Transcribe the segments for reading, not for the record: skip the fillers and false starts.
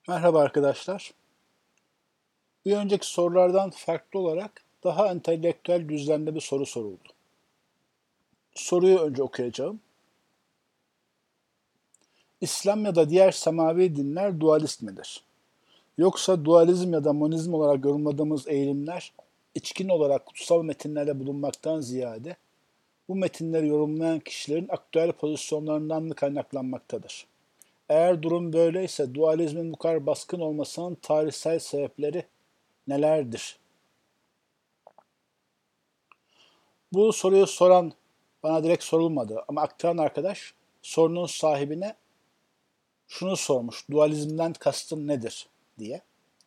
Merhaba arkadaşlar. Bir önceki sorulardan farklı olarak daha entelektüel düzlemde bir soru soruldu. Soruyu önce okuyacağım. İslam ya da diğer semavi dinler dualist midir? Yoksa dualizm ya da monizm olarak yorumladığımız eğilimler içkin olarak kutsal metinlerde bulunmaktan ziyade bu metinleri yorumlayan kişilerin aktüel pozisyonlarından mı kaynaklanmaktadır? Eğer durum böyleyse dualizmin bu kadar baskın olmasının tarihsel sebepleri nelerdir? Bu soruyu soran bana direkt sorulmadı ama aktaran arkadaş sorunun sahibine şunu sormuş. Dualizmden kastın nedir diye.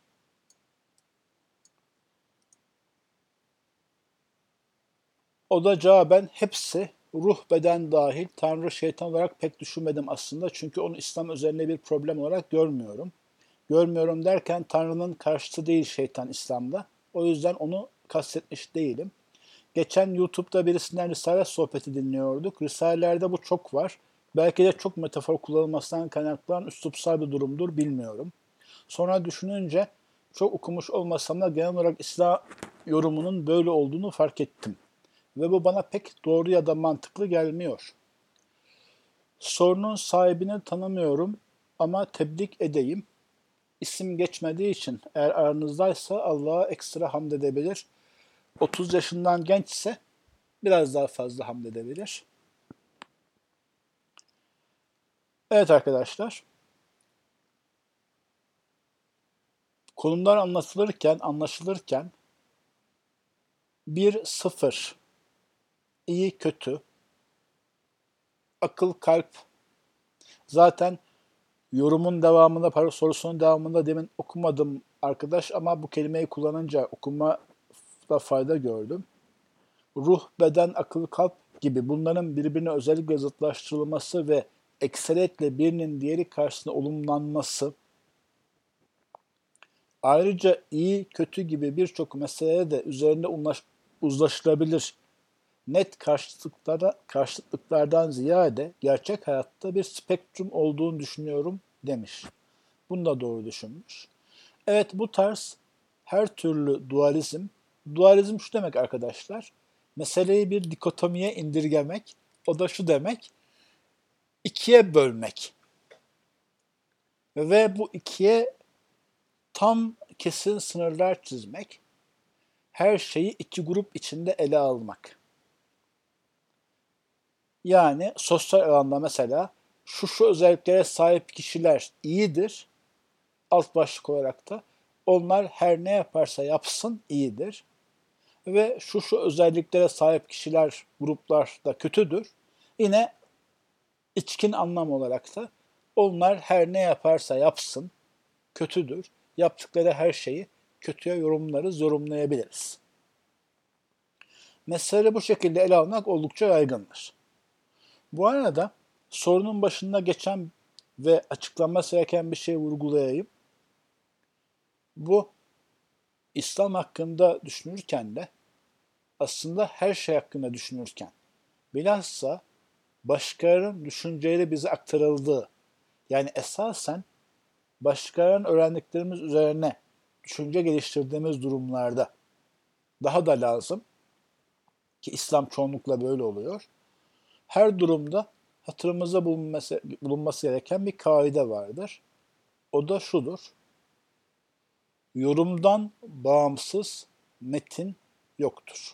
O da cevaben hepsi ruh beden dahil Tanrı şeytan olarak pek düşünmedim aslında. Çünkü onu İslam üzerine bir problem olarak görmüyorum. Görmüyorum derken Tanrı'nın karşıtı değil şeytan İslam'da. O yüzden onu kastetmiş değilim. Geçen YouTube'da birisinden Risale sohbeti dinliyorduk. Risalelerde bu çok var. Belki de çok metafor kullanılmasından kaynaklanan üslupsal bir durumdur, bilmiyorum. Sonra düşününce çok okumuş olmasam da genel olarak İslam yorumunun böyle olduğunu fark ettim. Ve bu bana pek doğru ya da mantıklı gelmiyor. Sorunun sahibini tanımıyorum ama tebrik edeyim. İsim geçmediği için eğer aranızdaysa Allah'a ekstra hamd edebilir. 30 yaşından gençse biraz daha fazla hamd edebilir. Evet arkadaşlar, konular anlaşılırken bir sıfır, iyi kötü, akıl kalp, zaten yorumun devamında, sorusunun devamında demin okumadım arkadaş ama bu kelimeyi kullanınca okumada fayda gördüm. Ruh, beden, akıl, kalp gibi bunların birbirine özellikle zıtlaştırılması ve ekseriyetle birinin diğeri karşısında olumlanması, ayrıca iyi, kötü gibi birçok meselede de üzerinde uzlaşılabilir net karşıtlıklardan ziyade gerçek hayatta bir spektrum olduğunu düşünüyorum demiş. Bunu da doğru düşünmüş. Evet, bu tarz her türlü dualizm şu demek arkadaşlar, meseleyi bir dikotomiye indirgemek, o da şu demek, ikiye bölmek ve bu ikiye tam kesin sınırlar çizmek, her şeyi iki grup içinde ele almak. Yani sosyal alanda mesela şu özelliklere sahip kişiler iyidir, alt başlık olarak da onlar her ne yaparsa yapsın iyidir. Ve şu özelliklere sahip kişiler, gruplar da kötüdür. Yine içkin anlam olarak da onlar her ne yaparsa yapsın kötüdür. Yaptıkları her şeyi kötüye yorumlayabiliriz. Mesele bu şekilde ele almak oldukça yaygındır. Bu arada sorunun başında geçen ve açıklanması gereken bir şey vurgulayayım. Bu İslam hakkında düşünürken de aslında her şey hakkında düşünürken bilhassa başkalarının düşünceleri bize aktarıldığı, yani esasen başkalarının öğrendiklerimiz üzerine düşünce geliştirdiğimiz durumlarda daha da lazım ki İslam çoğunlukla böyle oluyor. Her durumda hatırımızda bulunması gereken bir kaide vardır. O da şudur: yorumdan bağımsız metin yoktur.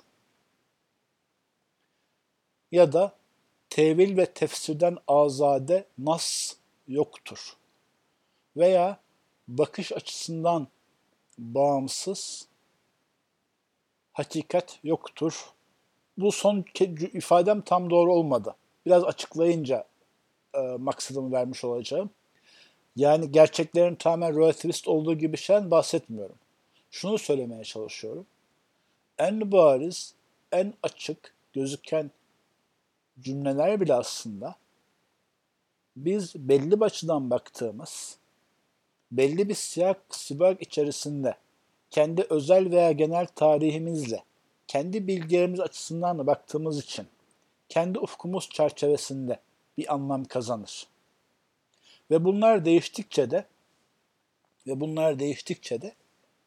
Ya da tevil ve tefsirden azade nas yoktur. Veya bakış açısından bağımsız hakikat yoktur. Bu son ifadem tam doğru olmadı. Biraz açıklayınca maksadımı vermiş olacağım. Yani gerçeklerin tamamen relativist olduğu gibi bir şeyden bahsetmiyorum. Şunu söylemeye çalışıyorum. En bariz, en açık gözüken cümleler bile aslında biz belli bir açıdan baktığımız, belli bir siyag içerisinde kendi özel veya genel tarihimizle, kendi bilgilerimiz açısından da baktığımız için kendi ufkumuz çerçevesinde bir anlam kazanır. Ve bunlar değiştikçe de Ve bunlar değiştikçe de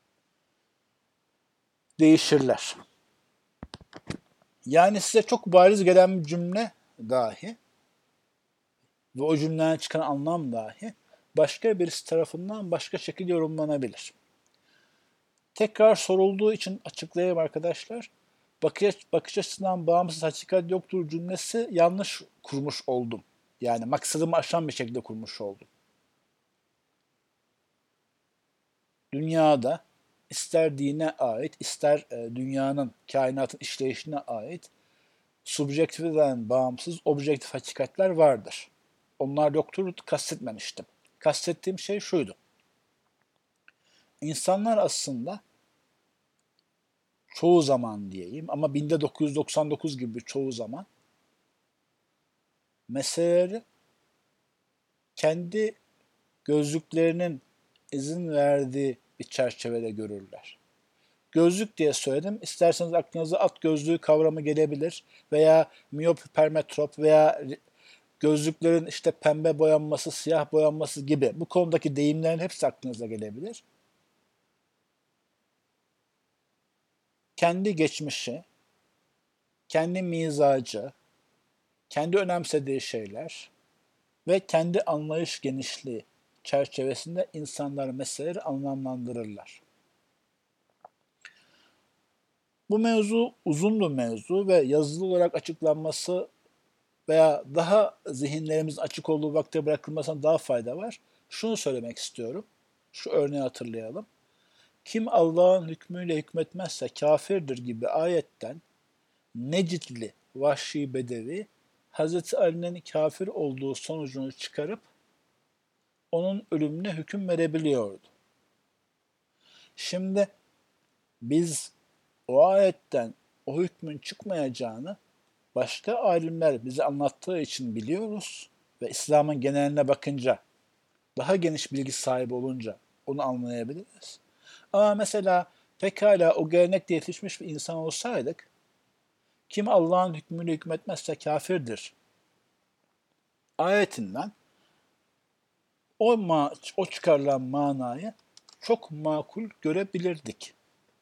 değişirler. Yani size çok bariz gelen bir cümle dahi ve o cümleden çıkan anlam dahi başka birisi tarafından başka şekilde yorumlanabilir. Tekrar sorulduğu için açıklayayım arkadaşlar. Bakış açısından bağımsız hakikat yoktur cümlesi yanlış kurmuş oldum. Yani maksadımı aşan bir şekilde kurmuş oldum. Dünyada ister dine ait, ister dünyanın, kainatın işleyişine ait subjektiften bağımsız objektif hakikatler vardır. Onlar yoktur kastetmemiştim. Kastettiğim şey şuydu. İnsanlar aslında çoğu zaman diyeyim ama 1999 gibi çoğu zaman meseleleri kendi gözlüklerinin izin verdiği bir çerçevede görürler. Gözlük diye söyledim. İsterseniz aklınıza at gözlüğü kavramı gelebilir veya miyop hipermetrop veya gözlüklerin işte pembe boyanması, siyah boyanması gibi bu konudaki deyimlerin hepsi aklınıza gelebilir. Kendi geçmişi, kendi mizacı, kendi önemsediği şeyler ve kendi anlayış genişliği çerçevesinde insanlar meseleleri anlamlandırırlar. Bu mevzu uzun bir mevzu ve yazılı olarak açıklanması veya daha zihinlerimizin açık olduğu vakte bırakılmasına daha fayda var. Şunu söylemek istiyorum. Şu örneği hatırlayalım. Kim Allah'ın hükmüyle hükmetmezse kafirdir gibi ayetten Necitli Vahşi Bedevi Hazreti Ali'nin kafir olduğu sonucunu çıkarıp onun ölümüne hüküm verebiliyordu. Şimdi biz o ayetten o hükmün çıkmayacağını başka alimler bize anlattığı için biliyoruz ve İslam'ın geneline bakınca daha geniş bilgi sahibi olunca onu anlayabiliriz. Ama mesela pekala o gelenekle yetişmiş bir insan olsaydık kim Allah'ın hükmüyle hükmetmezse kafirdir ayetinden o çıkarılan manayı çok makul görebilirdik.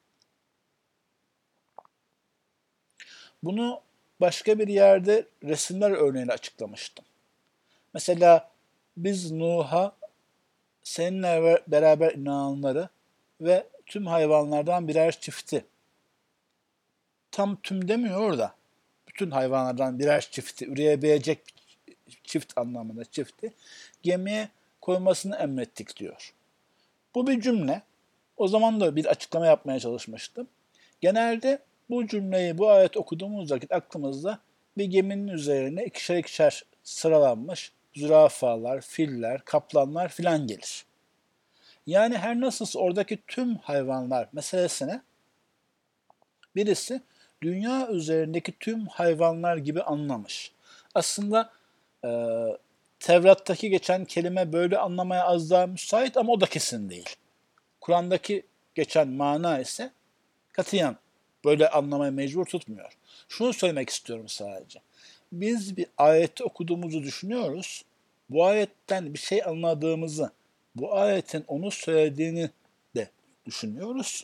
Bunu başka bir yerde resimler örneğiyle açıklamıştım. Mesela biz Nuh'a seninle beraber inananları ve tüm hayvanlardan birer çifti, tam tüm demiyor da bütün hayvanlardan birer çifti, üreyebilecek çift anlamında çifti gemiye koymasını emrettik diyor. Bu bir cümle. O zaman da bir açıklama yapmaya çalışmıştım. Genelde bu cümleyi, bu ayet okuduğumuz vakit aklımızda bir geminin üzerine ikişer ikişer sıralanmış zürafalar, filler, kaplanlar filan gelir. Yani her nasılsa oradaki tüm hayvanlar meselesine birisi dünya üzerindeki tüm hayvanlar gibi anlamış. Aslında e, Tevrat'taki geçen kelime böyle anlamaya az daha müsait ama o da kesin değil. Kur'an'daki geçen mana ise katiyen böyle anlamaya mecbur tutmuyor. Şunu söylemek istiyorum sadece. Biz bir ayeti okuduğumuzu düşünüyoruz. Bu ayetten bir şey anladığımızı, bu ayetin onu söylediğini de düşünüyoruz.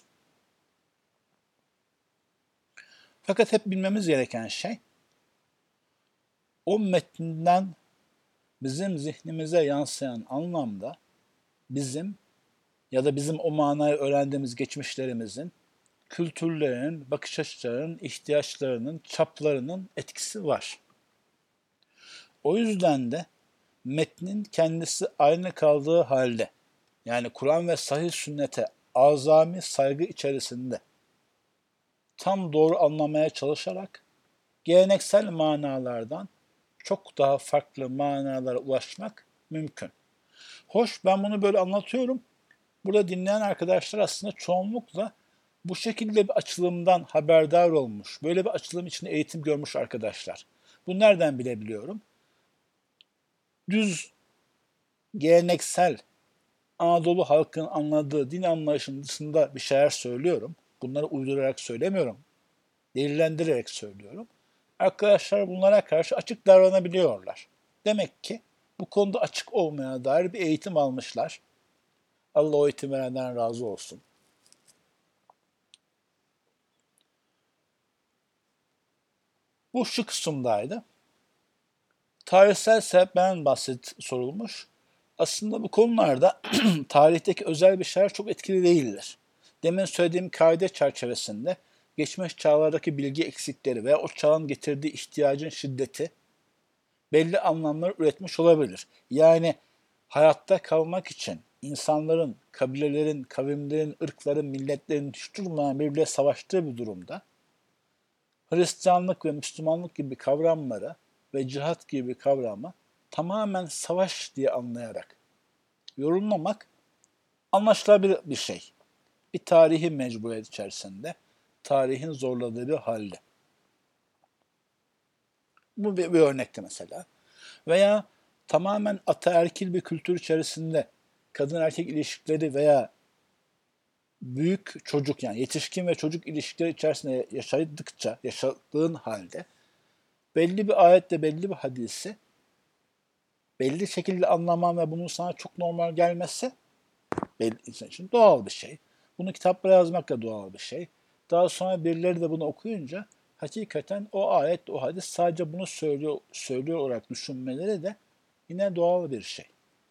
Fakat hep bilmemiz gereken şey, o metninden bizim zihnimize yansıyan anlamda bizim ya da bizim o manayı öğrendiğimiz geçmişlerimizin, kültürlerinin, bakış açılarının, ihtiyaçlarının, çaplarının etkisi var. O yüzden de metnin kendisi aynı kaldığı halde, yani Kur'an ve sahih sünnete azami saygı içerisinde tam doğru anlamaya çalışarak geleneksel manalardan çok daha farklı manalara ulaşmak mümkün. Hoş, ben bunu böyle anlatıyorum. Burada dinleyen arkadaşlar aslında çoğunlukla bu şekilde bir açılımdan haberdar olmuş, böyle bir açılım için eğitim görmüş arkadaşlar. Bunu nereden bilebiliyorum? Düz, geleneksel, Anadolu halkının anladığı din anlayışının dışında bir şeyler söylüyorum. Bunları uydurarak söylemiyorum. Delillendirerek söylüyorum. Arkadaşlar bunlara karşı açık davranabiliyorlar. Demek ki bu konuda açık olmaya dair bir eğitim almışlar. Allah o eğitim verenden razı olsun. Bu şu kısımdaydı. Tarihsel sebeplerden sorulmuş. Aslında bu konularda tarihteki özel bir şeyler çok etkili değildir. Demin söylediğim kaide çerçevesinde geçmiş çağlardaki bilgi eksikleri veya o çağın getirdiği ihtiyacın şiddeti belli anlamlar üretmiş olabilir. Yani hayatta kalmak için insanların, kabilelerin, kavimlerin, ırkların, milletlerin hiç durmadan birbirle savaştığı bir durumda Hristiyanlık ve Müslümanlık gibi kavramları ve cihat gibi kavramı tamamen savaş diye anlayarak yorumlamak anlaşılabilir bir şey. Bir tarihi mecburiyet içerisinde, tarihin zorladığı bir halde. Bu bir örnekte mesela. Veya tamamen ataerkil bir kültür içerisinde kadın erkek ilişkileri veya büyük çocuk yani yetişkin ve çocuk ilişkileri içerisinde yaşadığın halde belli bir ayette belli bir hadisi belli şekilde anlaman ve bunun sana çok normal gelmesi belli insan için doğal bir şey. Bunu kitaplara yazmak da doğal bir şey. Daha sonra birileri de bunu okuyunca hakikaten o ayet, o hadis sadece bunu söylüyor olarak düşünmeleri de yine doğal bir şey.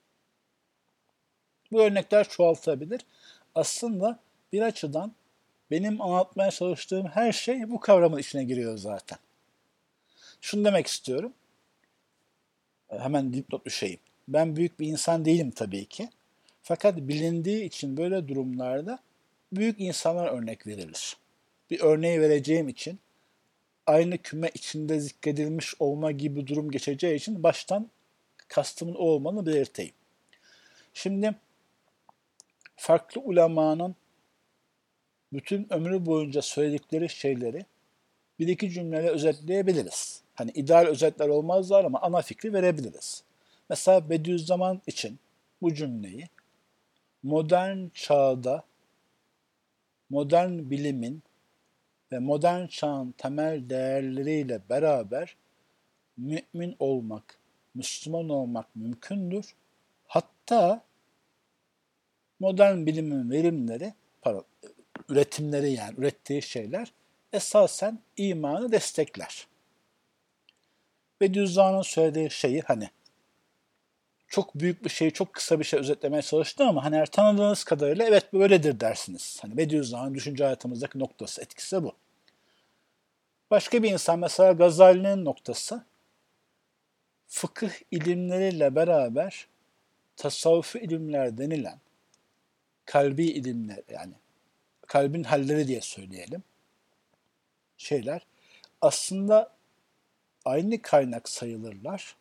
Bu örnekler çoğaltabilir. Aslında bir açıdan benim anlatmaya çalıştığım her şey bu kavramın içine giriyor zaten. Şunu demek istiyorum. Hemen dipnot düşeyim. Ben büyük bir insan değilim tabii ki. Fakat bilindiği için böyle durumlarda büyük insanlar örnek verilir. Bir örneği vereceğim için aynı küme içinde zikredilmiş olma gibi durum geçeceği için baştan kastımın o olmanı belirteyim. Şimdi farklı ulemanın bütün ömrü boyunca söyledikleri şeyleri bir iki cümleyle özetleyebiliriz. Hani ideal özetler olmazlar ama ana fikri verebiliriz. Mesela Bediüzzaman için bu cümleyi modern çağda modern bilimin ve modern çağın temel değerleriyle beraber mümin olmak, Müslüman olmak mümkündür. Hatta modern bilimin verimleri, üretimleri yani ürettiği şeyler esasen imanı destekler. Bediüzzaman'ın söylediği şeyi hani çok büyük bir şeyi çok kısa bir şey özetlemeye çalıştım ama hani tanıdığınız kadarıyla evet böyledir dersiniz. Hani Bediüzzaman'ın düşünce hayatımızdaki noktası, etkisi bu. Başka bir insan mesela Gazali'nin noktası fıkıh ilimleriyle beraber tasavvufi ilimler denilen kalbi ilimler yani kalbin halleri diye söyleyelim şeyler aslında aynı kaynak sayılırlar.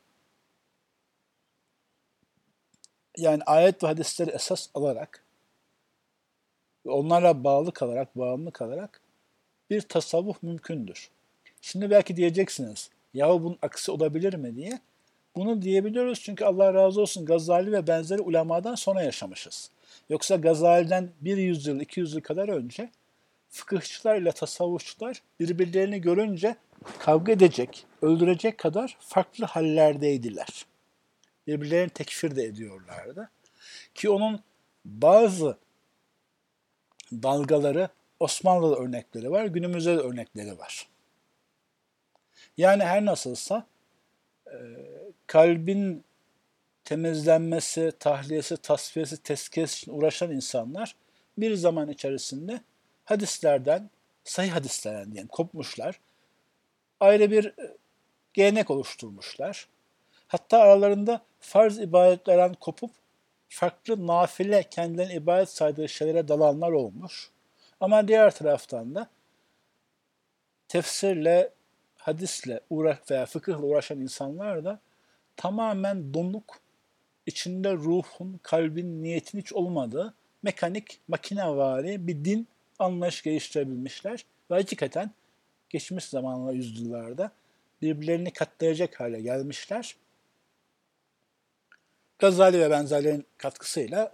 Yani ayet ve hadisleri esas alarak ve onlarla bağımlı kalarak bir tasavvuf mümkündür. Şimdi belki diyeceksiniz, yahu bunun aksi olabilir mi diye. Bunu diyebiliyoruz çünkü Allah razı olsun Gazali ve benzeri ulemadan sonra yaşamışız. Yoksa Gazali'den bir yüzyıl, 200 yıl kadar önce fıkıhçılar ile tasavvufçular birbirlerini görünce kavga edecek, öldürecek kadar farklı hallerdeydiler. Birbirlerini tekfir de ediyorlardı. Ki onun bazı dalgaları Osmanlı'da örnekleri var, günümüzde de örnekleri var. Yani her nasılsa kalbin temizlenmesi, tahliyesi, tasfiyesi, tezkiyesi için uğraşan insanlar bir zaman içerisinde hadislerden, sahih hadislerden diyelim kopmuşlar. Ayrı bir gelenek oluşturmuşlar. Hatta aralarında farz ibadetlerden kopup farklı nafile kendilerine ibadet saydığı şeylere dalanlar olmuş. Ama diğer taraftan da tefsirle, hadisle veya fıkıhla uğraşan insanlar da tamamen donuk, içinde ruhun, kalbin, niyetin hiç olmadığı mekanik, makinevari bir din anlayış geliştirebilmişler. Ve hakikaten geçmiş zamanla yüzyıllarda birbirlerini katlayacak hale gelmişler. Gazali ve benzerlerin katkısıyla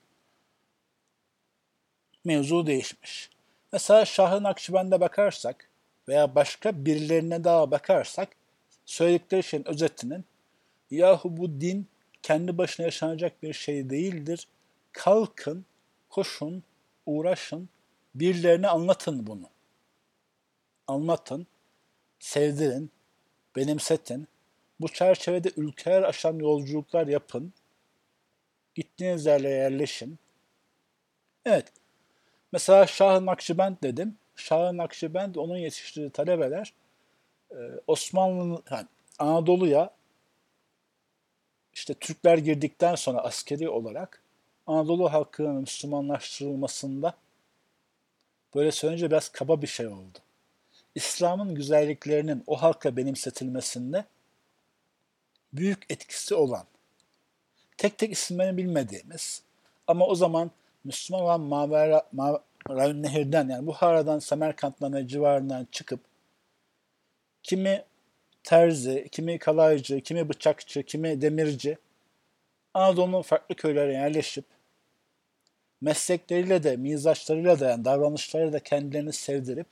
mevzu değişmiş. Mesela Şah-ı Nakşibend'e bakarsak veya başka birilerine daha bakarsak söyledikleri şeyin özetinin yahu bu din kendi başına yaşanacak bir şey değildir. Kalkın, koşun, uğraşın, birilerine anlatın bunu. Anlatın, sevdirin, benimsetin. Bu çerçevede ülkeler aşan yolculuklar yapın. Gittiğiniz yerlere yerleşin. Evet, mesela Şah-ı Nakşibend dedim. Şah-ı Nakşibend, onun yetiştirdiği talebeler Osmanlı, yani Anadolu'ya işte Türkler girdikten sonra askeri olarak Anadolu halkının Müslümanlaştırılmasında, böyle söyleyince biraz kaba bir şey oldu, İslam'ın güzelliklerinin o halka benimsetilmesinde büyük etkisi olan, tek tek isimlerini bilmediğimiz ama o zaman Müslüman olan Mavera Nehir'den, yani Buhara'dan, Semerkant'tan ve civarından çıkıp kimi terzi, kimi kalaycı, kimi bıçakçı, kimi demirci Anadolu'nun farklı köylerine yerleşip meslekleriyle de, mizaçlarıyla da, yani davranışlarıyla da kendilerini sevdirip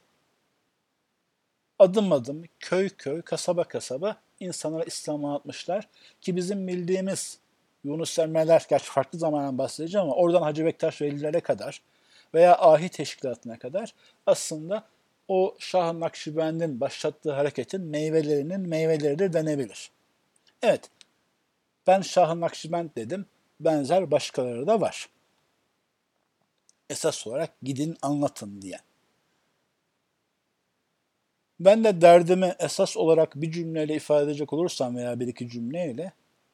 adım adım, köy köy, kasaba kasaba insanlara İslam'ı anlatmışlar. Ki bizim bildiğimiz Yunus Emre'ler, gerçi farklı zamandan bahsedeceğim ama oradan Hacı Bektaş Velilere kadar veya Ahi Teşkilatı'na kadar aslında o Şah-ı Nakşibend'in başlattığı hareketin meyveleridir denebilir. Evet, ben Şah-ı Nakşibend dedim, benzer başkaları da var. Esas olarak gidin anlatın diye. Ben de derdimi esas olarak bir cümleyle ifade edecek olursam veya bir iki cümleyle,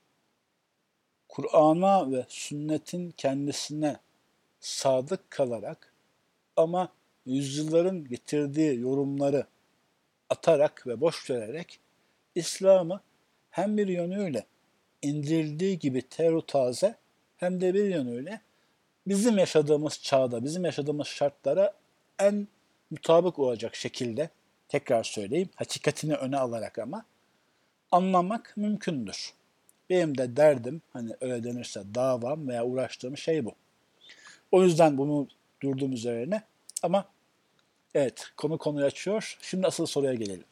Kur'an'a ve sünnetin kendisine sadık kalarak ama yüzyılların getirdiği yorumları atarak ve boş vererek İslam'ı hem bir yönüyle indirildiği gibi teru taze, hem de bir yönüyle bizim yaşadığımız çağda, bizim yaşadığımız şartlara en mutabık olacak şekilde, tekrar söyleyeyim, hakikatini öne alarak ama anlamak mümkündür. Benim de derdim, hani öyle denirse davam veya uğraştığım şey bu. O yüzden bunu durdum üzerine. Ama evet, konu konuyu açıyor. Şimdi asıl soruya gelelim.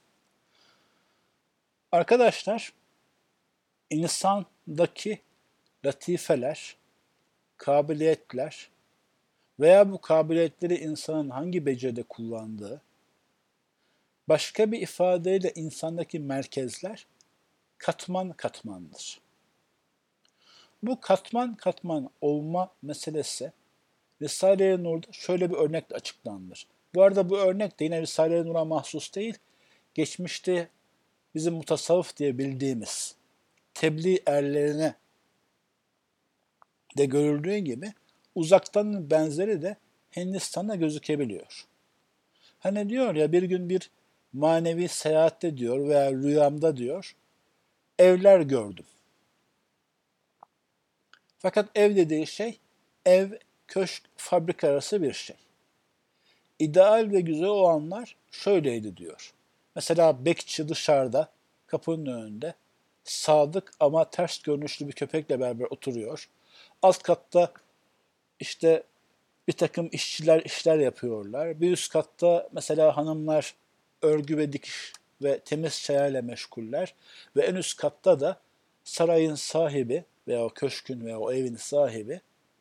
Arkadaşlar, insandaki latifeler, kabiliyetler veya bu kabiliyetleri insanın hangi beceride kullandığı, başka bir ifadeyle insandaki merkezler katman katmandır. Bu katman katman olma meselesi Risale-i Nur'da şöyle bir örnekle açıklanır. Bu arada bu örnek de yine Risale-i Nur'a mahsus değil, geçmişte bizim mutasavvıf diye bildiğimiz tebliğ erlerine de görüldüğü gibi uzaktan benzeri de Hindistan'da gözükebiliyor. Hani diyor ya, bir gün bir manevi seyahatte diyor veya rüyamda diyor evler gördüm. Fakat ev dediği şey ev, köşk, fabrika arası bir şey. İdeal ve güzel olanlar şöyleydi diyor. Mesela bekçi dışarıda, kapının önünde, sadık ama ters görünüşlü bir köpekle beraber oturuyor. Alt katta işte bir takım işçiler işler yapıyorlar. Bir üst katta mesela hanımlar örgü ve dikiş ve temiz çayayla meşguller. Ve en üst katta da sarayın sahibi veya o köşkün veya o evin sahibi,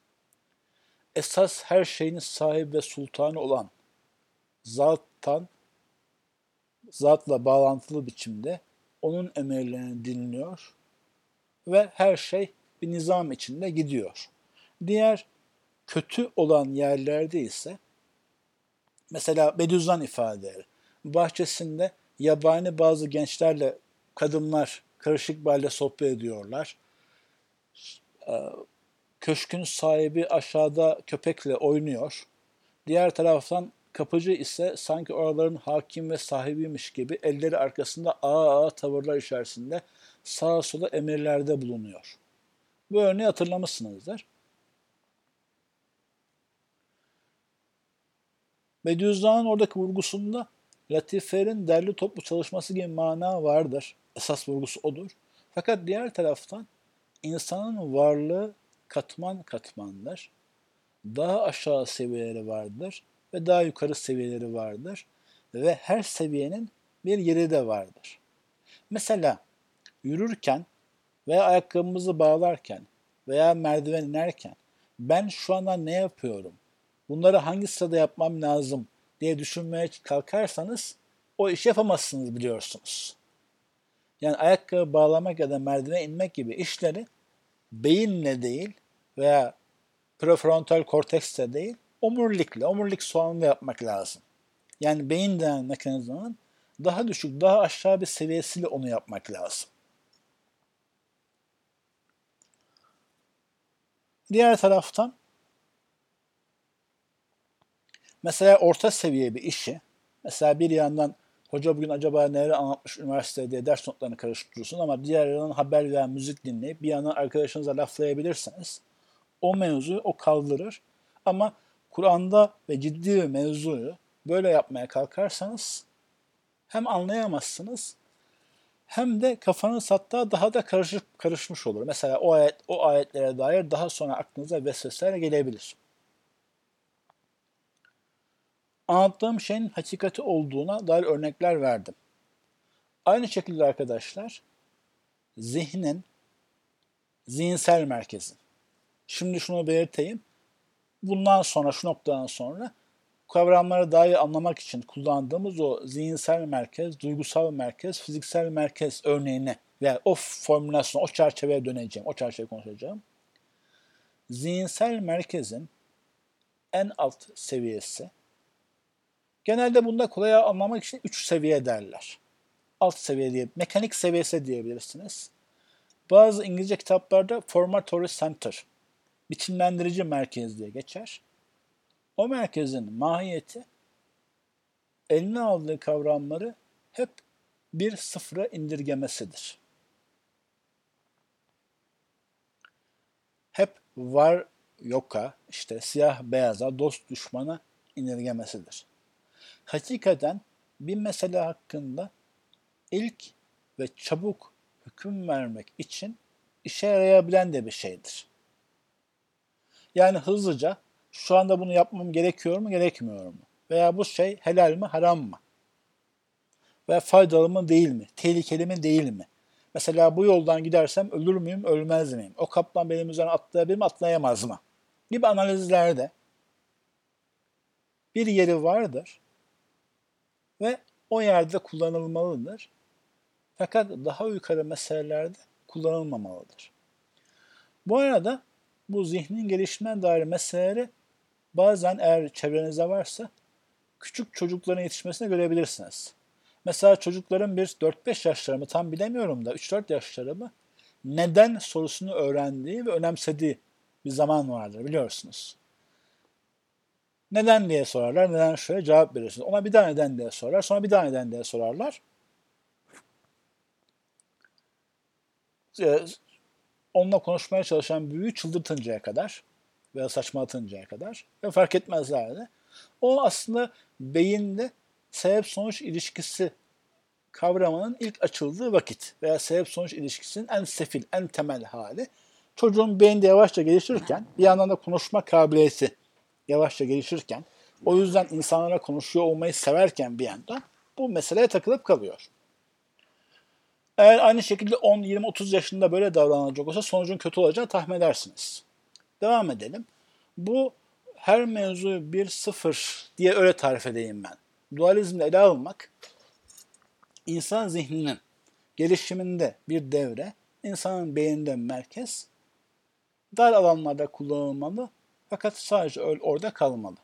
esas her şeyin sahibi ve sultanı olan zattan, zatla bağlantılı biçimde onun emirlerini dinliyor ve her şey bir nizam içinde gidiyor. Diğer kötü olan yerlerde ise mesela Bediüzzaman ifade eder. Bahçesinde yabani bazı gençlerle kadınlar karışık bir halde sohbet ediyorlar. Köşkün sahibi aşağıda köpekle oynuyor. Diğer taraftan kapıcı ise sanki oraların hakim ve sahibiymiş gibi elleri arkasında ağa tavırlar içerisinde sağa sola emirlerde bulunuyor. Bu örneği hatırlamışsınızdır. Bediüzzaman'ın oradaki vurgusunda latifelerin derli toplu çalışması gibi mana vardır. Esas vurgusu odur. Fakat diğer taraftan insanın varlığı katman katmandır. Daha aşağı seviyeleri vardır ve daha yukarı seviyeleri vardır. Ve her seviyenin bir yeri de vardır. Mesela yürürken veya ayakkabımızı bağlarken veya merdiven inerken ben şu anda ne yapıyorum, bunları hangi sırada yapmam lazım diye düşünmeye kalkarsanız o işi yapamazsınız biliyorsunuz. Yani ayakkabı bağlamak ya da merdivene inmek gibi işleri beyinle değil veya prefrontal korteksle değil, omurilikle, omurilik soğanla yapmak lazım. Yani beyin denen mekanizmanın daha düşük, daha aşağı bir seviyesiyle onu yapmak lazım. Diğer taraftan mesela orta seviye bir işi, mesela bir yandan hoca bugün acaba neleri anlatmış üniversitede diye ders notlarını karıştırıyorsun ama diğer yandan haber veya müzik dinleyip bir yandan arkadaşınıza laflayabilirseniz o mevzuyu o kaldırır. Ama Kur'an'da ve ciddi bir mevzuyu böyle yapmaya kalkarsanız hem anlayamazsınız hem de kafanız hatta daha da karışmış olur. Mesela o ayetlere dair daha sonra aklınıza vesveseler gelebilir. Anlattığım şeyin hakikati olduğuna dair örnekler verdim. Aynı şekilde arkadaşlar zihnin, zihinsel merkezin. Şimdi şunu belirteyim. Bundan sonra, şu noktadan sonra kavramları daha iyi anlamak için kullandığımız o zihinsel merkez, duygusal merkez, fiziksel merkez örneğine veya o formülasyon, o çerçeveye döneceğim, o çerçeveyi konuşacağım. Zihinsel merkezin en alt seviyesi, genelde bunda kolay anlamak için 3 seviye derler. Alt seviye diye, mekanik seviyesi diyebilirsiniz. Bazı İngilizce kitaplarda formatory center, biçimlendirici merkez diye geçer. O merkezin mahiyeti eline aldığı kavramları hep bir sıfıra indirgemesidir. Hep var yoka, işte siyah beyaza, dost düşmana indirgemesidir. Hakikaten bir mesele hakkında ilk ve çabuk hüküm vermek için işe yarayabilen de bir şeydir. Yani hızlıca şu anda bunu yapmam gerekiyor mu, gerekmiyor mu? Veya bu şey helal mi, haram mı? Veya faydalı mı, değil mi? Tehlikeli mi, değil mi? Mesela bu yoldan gidersem ölür müyüm, ölmez miyim? O kaplan benim üzerine atlayabilir mi, atlayamaz mı? Gibi analizlerde bir yeri vardır ve o yerde kullanılmalıdır. Fakat daha yukarı meselelerde kullanılmamalıdır. Bu arada bu zihnin gelişimine dair meseleleri bazen eğer çevrenizde varsa küçük çocukların yetişmesine görebilirsiniz. Mesela çocukların bir 4-5 yaşları mı tam bilemiyorum da 3-4 yaşları mı neden sorusunu öğrendiği ve önemsediği bir zaman vardır biliyorsunuz. Neden diye sorarlar, neden şöyle cevap verirsiniz. Ona bir daha neden diye sorar, sonra bir daha neden diye sorarlar. Onunla konuşmaya çalışan büyüğü çıldırtıncaya kadar veya saçmalatıncaya kadar ve fark etmezlerdi. O aslında beyinde sebep-sonuç ilişkisi kavramının ilk açıldığı vakit veya sebep-sonuç ilişkisinin en sefil, en temel hali. Çocuğun beyinde yavaşça gelişirken, bir yandan da konuşma kabiliyeti yavaşça gelişirken, o yüzden insanlara konuşuyor olmayı severken bir yandan bu meseleye takılıp kalıyor. Eğer aynı şekilde 10, 20, 30 yaşında böyle davranacak olsa sonucun kötü olacağını tahmin edersiniz. Devam edelim. Bu her mevzu bir sıfır diye öyle tarif edeyim ben. Dualizmle ele alınmak, insan zihninin gelişiminde bir devre, insanın beyninde merkez, dar alanlarda kullanılmalı fakat sadece orada kalmalı.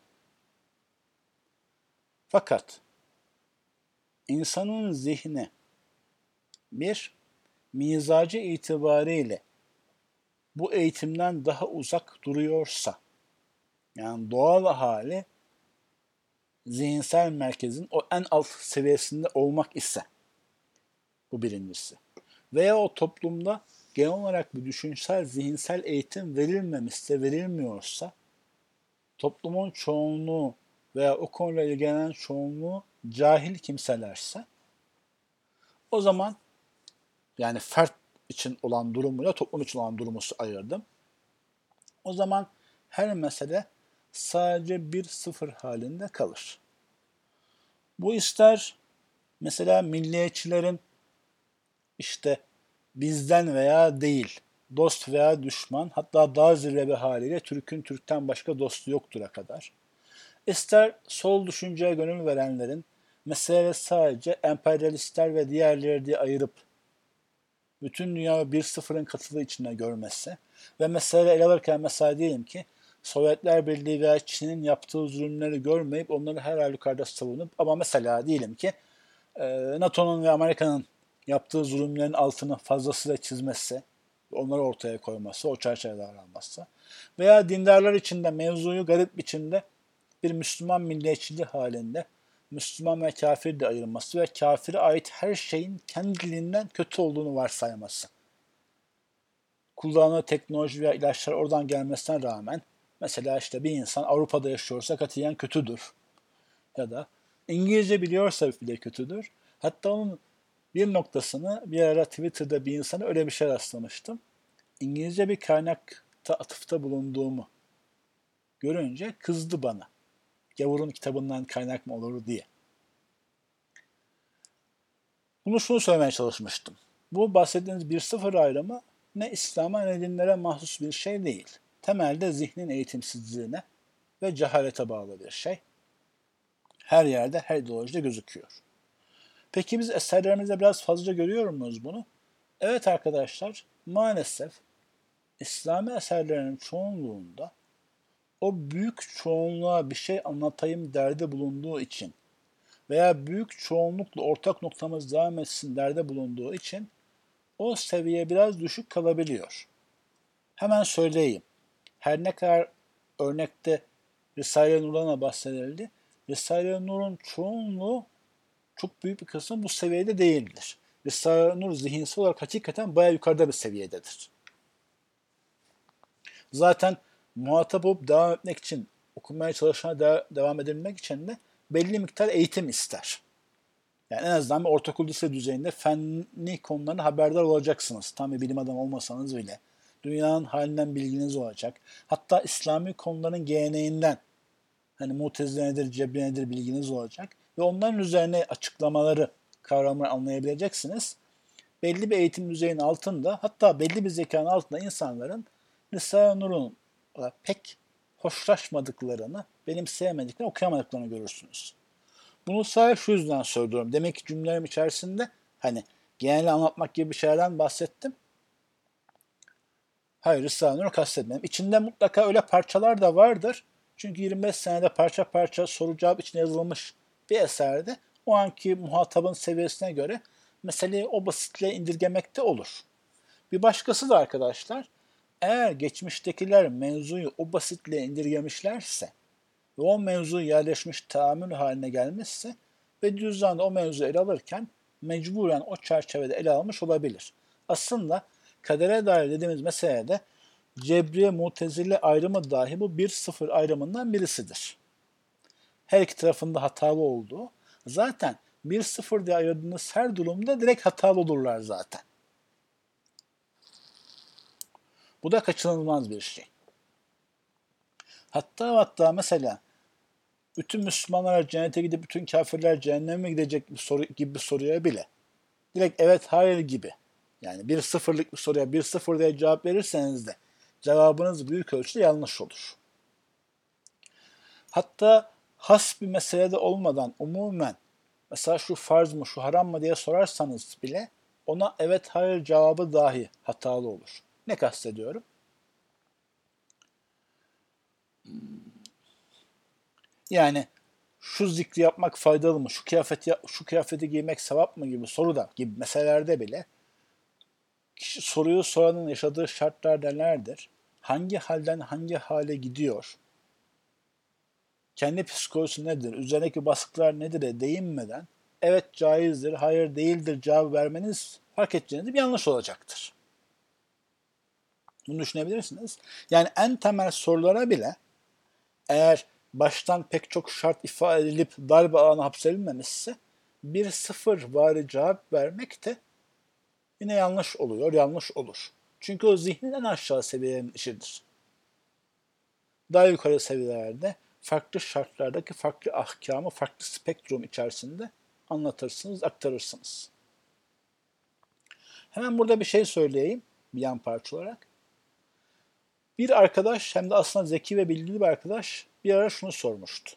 Fakat insanın zihni bir mizacı itibariyle bu eğitimden daha uzak duruyorsa, yani doğal hali zihinsel merkezin o en alt seviyesinde olmak ise, bu birincisi. Veya o toplumda genel olarak bir düşünsel, zihinsel eğitim verilmemişse, verilmiyorsa, toplumun çoğunluğu veya o konuyla ilgilenen çoğunluğu cahil kimselerse, o zaman yani fert için olan durumuyla toplum için olan durumu ayırdım. O zaman her mesele sadece bir sıfır halinde kalır. Bu ister mesela milliyetçilerin işte bizden veya değil dost veya düşman, hatta daha zirve bir haliyle Türk'ün Türk'ten başka dostu yoktur'a kadar. İster sol düşünceye gönül verenlerin mesele sadece emperyalistler ve diğerleri diye ayırıp bütün dünya bir sıfırın katılığı içinde görmesi ve mesele ele alırken mesela diyelim ki Sovyetler Birliği veya Çin'in yaptığı zulümleri görmeyip onları her halükarda savunup ama mesela diyelim ki NATO'nun ve Amerika'nın yaptığı zulümlerin altını fazlasıyla çizmesi, onları ortaya koyması, o çerçevede davranması veya dindarlar içinde mevzuyu garip biçimde bir Müslüman milliyetçiliği halinde Müslüman ve kafir de ayırması ve kafire ait her şeyin kendiliğinden kötü olduğunu varsayması. Kullanılan teknoloji veya ilaçlar oradan gelmesine rağmen mesela işte bir insan Avrupa'da yaşıyorsa katiyen kötüdür. Ya da İngilizce biliyorsa bile kötüdür. Hatta onun bir noktasını bir ara Twitter'da bir insana öyle bir şey rastlamıştım. İngilizce bir kaynakta atıfta bulunduğumu görünce kızdı bana. Gavurun kitabından kaynak mı olur diye. Şunu söylemeye çalışmıştım. Bu bahsettiğiniz 1-0 ayrımı ne İslam'a ne dinlere mahsus bir şey değil. Temelde zihnin eğitimsizliğine ve cehalete bağlı bir şey. Her yerde, her ideolojide gözüküyor. Peki biz eserlerimizde biraz fazlaca görüyor muyuz bunu? Evet arkadaşlar, maalesef İslami eserlerin çoğunluğunda o büyük çoğunluğa bir şey anlatayım derdi bulunduğu için veya büyük çoğunlukla ortak noktamız devam etsin derde bulunduğu için o seviye biraz düşük kalabiliyor. Hemen söyleyeyim. Her ne kadar örnekte Risale-i Nur'dan bahsedildi, Risale-i Nur'un çoğunluğu çok büyük bir kısmı bu seviyede değildir. Risale-i Nur zihinsel olarak hakikaten bayağı yukarıda bir seviyededir. Zaten muhatap olup devam etmek için, okumaya çalışmaya devam edilmek için de belli miktar eğitim ister. Yani en azından bir ortaokul lise düzeyinde fenli konularına haberdar olacaksınız. Tam bir bilim adamı olmasanız bile. Dünyanın halinden bilginiz olacak. Hatta İslami konuların geleneğinden, hani Mutezile nedir, Cebri nedir bilginiz olacak. Ve onların üzerine açıklamaları, kavramları anlayabileceksiniz. Belli bir eğitim düzeyinin altında, hatta belli bir zekanın altında insanların Risale-i Nur'un pek hoşlaşmadıklarını, benimseyemediklerini, okuyamadıklarını görürsünüz. Bunu sadece şu yüzden söylüyorum. Demek ki cümlelerim içerisinde hani genel anlatmak gibi bir şeylerden bahsettim. Hayır, Risale-i Nur'u kastetmedim. İçinde mutlaka öyle parçalar da vardır. Çünkü 25 senede parça parça soru cevap içine yazılmış bir eserde o anki muhatabın seviyesine göre meseleyi o basitliğe indirgemekte olur. Bir başkası da arkadaşlar, eğer geçmiştekiler mevzuyu o basitliğe indirgemişlerse ve o mevzu yerleşmiş tahammül haline gelmişse Bediüzzaman da o mevzuyu ele alırken mecburen o çerçevede ele almış olabilir. Aslında kadere dair dediğimiz meselede Cebriye Mutezile ayrımı dahi bu 1-0 ayrımından birisidir. Her iki tarafında hatalı olduğu, zaten 1-0 diye ayırdığınız her durumda direkt hatalı olurlar zaten. Bu da kaçınılmaz bir şey. Hatta mesela bütün Müslümanlar cennete gidip bütün kafirler cehenneme mi gidecek gibi bir soruya bile direkt evet hayır gibi, yani 1-0'lık bir soruya 1-0 diye cevap verirseniz de cevabınız büyük ölçüde yanlış olur. Hatta has bir meselede olmadan umumen mesela şu farz mı şu haram mı diye sorarsanız bile ona evet hayır cevabı dahi hatalı olur. Ne kastediyorum? Yani şu zikri yapmak faydalı mı? Şu kıyafeti giymek sevap mı gibi soruda gibi meselelerde bile soruyu soranın yaşadığı şartlar nelerdir? Hangi halden hangi hale gidiyor? Kendi psikolojisi nedir? Üzerindeki baskılar nedir değinmeden evet caizdir, hayır değildir cevabı vermeniz fark edeceğiniz bir yanlış olacaktır. Bunu düşünebilirsiniz. Yani en temel sorulara bile eğer baştan pek çok şart ifade edilip dar bir alana hapsedilmemişse 1-0 vari cevap vermek de yine yanlış oluyor, yanlış olur. Çünkü o zihnin en aşağı seviyenin işidir. Daha yukarı seviyelerde farklı şartlardaki farklı ahkamı farklı spektrum içerisinde anlatırsınız, aktarırsınız. Hemen burada bir şey söyleyeyim. bir yan parça olarak. Bir arkadaş, hem de aslında zeki ve bilgili bir arkadaş, bir ara şunu sormuştu.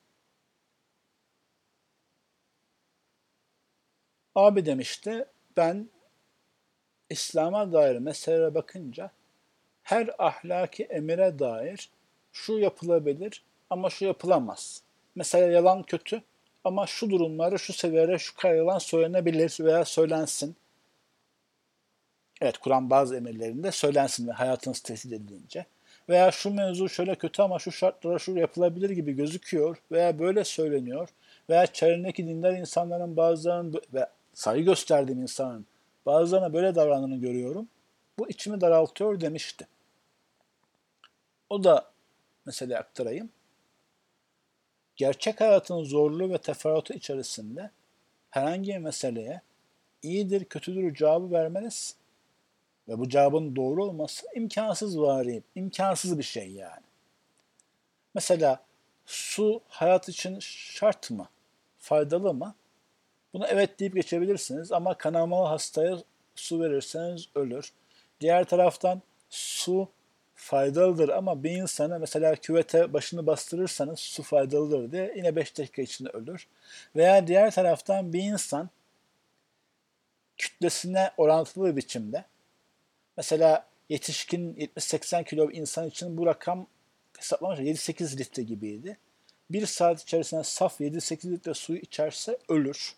Abi demişti, ben İslam'a dair meselelere bakınca her ahlaki emire dair şu yapılabilir ama şu yapılamaz. Mesela yalan kötü ama şu durumları şu seviyede şu kadar yalan söylenebilir veya söylensin. Evet, Kur'an bazı emirlerinde söylensin ve hayatınız tehdit edilince. Veya şu mevzu şöyle kötü ama şu şartlara şu yapılabilir gibi gözüküyor veya böyle söyleniyor. Veya çevrendeki dindar insanların bazılarının ve saygı gösterdiğim insanın bazılarına böyle davrandığını görüyorum. Bu içimi daraltıyor demişti. O da mesela aktarayım. Gerçek hayatın zorluğu ve teferruatı içerisinde herhangi bir meseleye iyidir, kötüdür cevabı vermeniz ve bu cevabın doğru olması imkansız vari, imkansız bir şey yani. Mesela su hayat için şart mı? Faydalı mı? Buna evet deyip geçebilirsiniz ama kanamalı hastaya su verirseniz ölür. Diğer taraftan su faydalıdır ama bir insana mesela küvete başını bastırırsanız su faydalıdır diye yine 5 dakika içinde ölür. Veya diğer taraftan bir insan kütlesine orantılı bir biçimde mesela yetişkin 70-80 kilo bir insan için bu rakam hesaplamışlar 7-8 litre gibiydi. Bir saat içerisinde saf 7-8 litre suyu içerse ölür.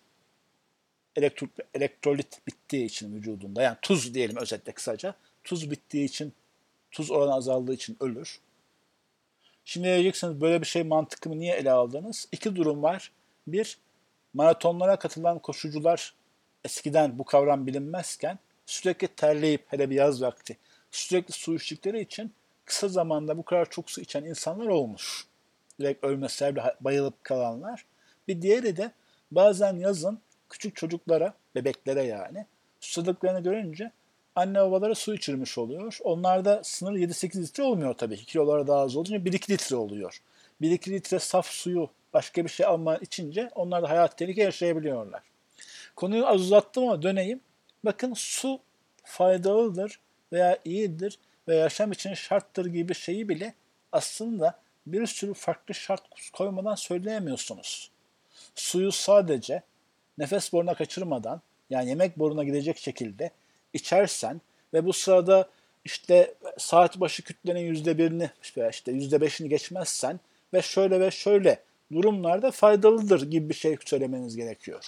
Elektrolit bittiği için vücudunda, yani tuz diyelim özetle kısaca. Tuz bittiği için, tuz oranı azaldığı için ölür. Şimdi diyeceksiniz böyle bir şey mantıklı mı, niye ele aldınız? İki durum var. Bir, maratonlara katılan koşucular eskiden bu kavram bilinmezken sürekli terleyip hele bir yaz vakti sürekli su içtikleri için kısa zamanda bu kadar çok su içen insanlar olmuş. Direkt ölmeseler bile bayılıp kalanlar. Bir diğeri de bazen yazın küçük çocuklara, bebeklere yani susadıklarını görünce anne babaları su içirmiş oluyor. Onlarda sınır 7-8 litre olmuyor tabii ki. Kiloları daha az olduğu için 1-2 litre oluyor. 1-2 litre saf suyu başka bir şey alma içince onlar da hayat tehlike yaşayabiliyorlar. Konuyu az uzattım ama döneyim. Bakın su faydalıdır veya iyidir ve yaşam için şarttır gibi şeyi bile aslında bir sürü farklı şart koymadan söyleyemiyorsunuz. Suyu sadece nefes boruna kaçırmadan, yani yemek boruna gidecek şekilde içersen ve bu sırada işte saat başı kütlenin %1'ini işte %5'ini geçmezsen ve şöyle durumlarda faydalıdır gibi bir şey söylemeniz gerekiyor.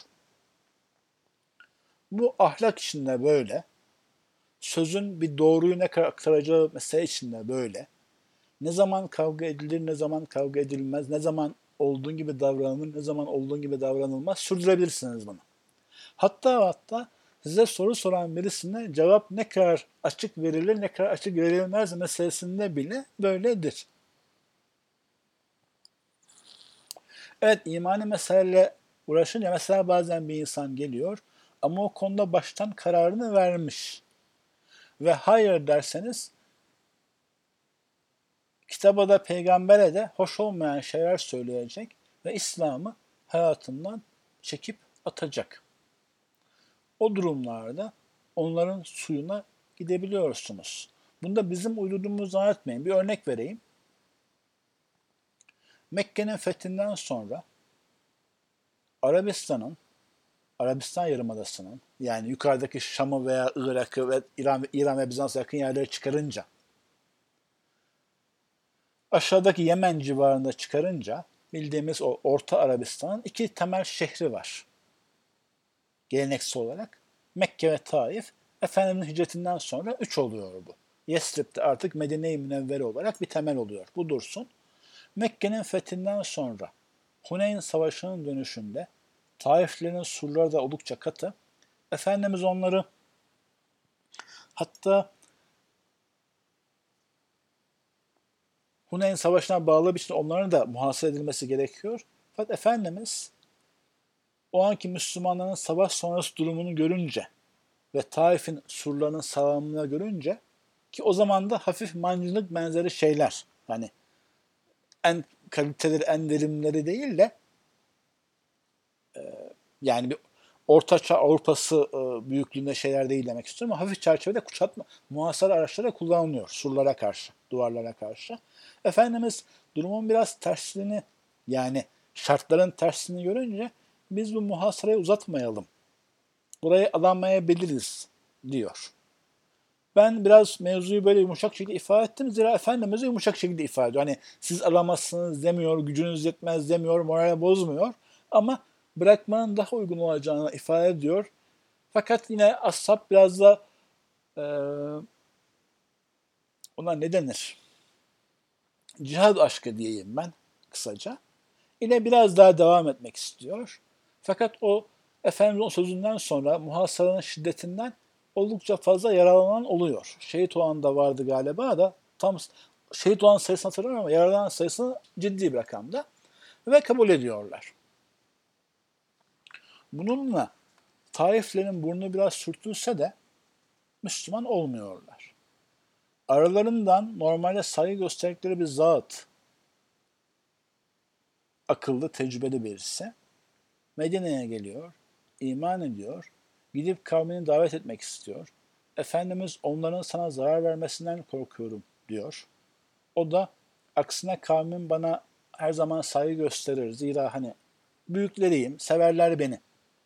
Bu ahlak içinde böyle, sözün bir doğruyu ne kadar aktaracağı mesele içinde böyle. Ne zaman kavga edilir, ne zaman kavga edilmez, ne zaman olduğun gibi davranılır, ne zaman olduğun gibi davranılmaz, sürdürebilirsiniz bunu. Hatta size soru soran birisine cevap ne kadar açık verilir, ne kadar açık verilmez meselesinde bile böyledir. Evet, imani meseleyle uğraşınca mesela bazen bir insan geliyor ama o konuda baştan kararını vermiş. Ve hayır derseniz kitaba da peygambere de hoş olmayan şeyler söyleyecek ve İslam'ı hayatından çekip atacak. O durumlarda onların suyuna gidebiliyorsunuz. Bunda bizim uydurduğumuzu zannetmeyin. Bir örnek vereyim. Mekke'nin fethinden sonra Arabistan Yarımadası'nın, yani yukarıdaki Şam'ı veya Irak'ı ve İran ve Bizans'a yakın yerleri çıkarınca, aşağıdaki Yemen civarında çıkarınca bildiğimiz o Orta Arabistan'ın iki temel şehri var. Geleneksel olarak Mekke ve Taif. Efendimiz'in hicretinden sonra 3 oluyor bu. Yesrib'de artık Medine-i Münevvere olarak bir temel oluyor. Bu dursun. Mekke'nin fethinden sonra Huneyn Savaşı'nın dönüşünde Taiflilerin surları da oldukça katı. Efendimiz onları hatta Huneyn Savaşı'na bağlı bir şekilde onların da muhasebe edilmesi gerekiyor. Fakat Efendimiz o anki Müslümanların savaş sonrası durumunu görünce ve Taif'in surlarının sağlamlığını görünce, ki o zaman da hafif mancınık benzeri şeyler, hani en kaliteleri, en verimleri değil de yani bir Ortaçağ Avrupası büyüklüğünde şeyler değil demek istiyorum ama hafif çerçevede kuşatma, muhasara araçları kullanılıyor surlara karşı, duvarlara karşı. Efendimiz durumun biraz tersini, yani şartların tersini görünce biz bu muhasarayı uzatmayalım, burayı alamayabiliriz diyor. Ben biraz mevzuyu böyle yumuşak şekilde ifade ettim. Zira Efendimiz de yumuşak şekilde ifade ediyor. Hani siz alamazsınız demiyor, gücünüz yetmez demiyor, moral bozmuyor. Ama bırakmanın daha uygun olacağını ifade ediyor. Fakat yine ashab biraz da e, ona ne denir? Cihad aşkı diyeyim ben kısaca. Yine biraz daha devam etmek istiyor. Fakat o Efendimiz'in o sözünden sonra muhasaranın şiddetinden oldukça fazla yaralanan oluyor. Şehit olan da vardı galiba da tam şehit olan sayısını hatırlamıyorum ama yaralanan sayısı ciddi bir rakamda ve kabul ediyorlar. Bununla Taiflerin burnu biraz sürtülse de Müslüman olmuyorlar. Aralarından normalde saygı gösterdikleri bir zat, akıllı, tecrübeli birisi Medine'ye geliyor, iman ediyor, gidip kavmini davet etmek istiyor. Efendimiz onların sana zarar vermesinden korkuyorum diyor. O da aksine kavmim bana her zaman saygı gösterir. Zira hani büyükleriyim, severler beni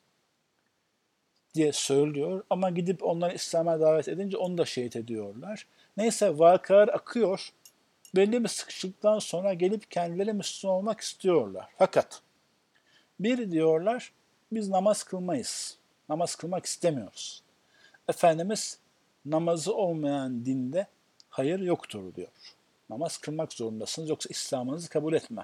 diye söylüyor. Ama gidip onları İslam'a davet edince onu da şehit ediyorlar. Neyse vakalar akıyor. Belli bir sıkışıklıktan sonra gelip kendileri Müslüman olmak istiyorlar. Fakat bir diyorlar biz namaz kılmayız. Namaz kılmak istemiyoruz. Efendimiz namazı olmayan dinde hayır yoktur diyor. Namaz kılmak zorundasınız yoksa İslam'ınızı kabul etme.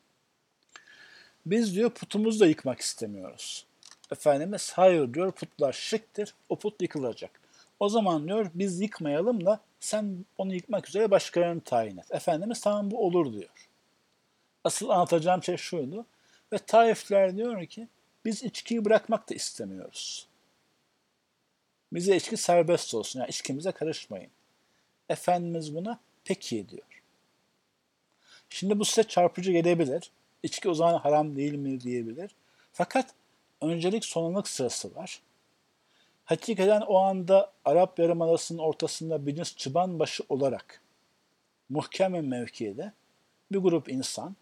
Biz diyor putumuzu da yıkmak istemiyoruz. Efendimiz hayır diyor putlar şirktir, o put yıkılacak. O zaman diyor biz yıkmayalım da sen onu yıkmak üzere başkalarını tayin et. Efendimiz tamam bu olur diyor. Asıl anlatacağım şey şuydu. Ve Taifler diyor ki biz içkiyi bırakmak da istemiyoruz. Bize içki serbest olsun. Yani içkimize karışmayın. Efendimiz buna peki diyor. Şimdi bu size çarpıcı gelebilir. İçki o zaman haram değil mi diyebilir. Fakat öncelik sonralık sırası var. Hakikaten o anda Arap Yarımadası'nın ortasında bir çıban başı olarak muhkem bir mevkide bir grup insan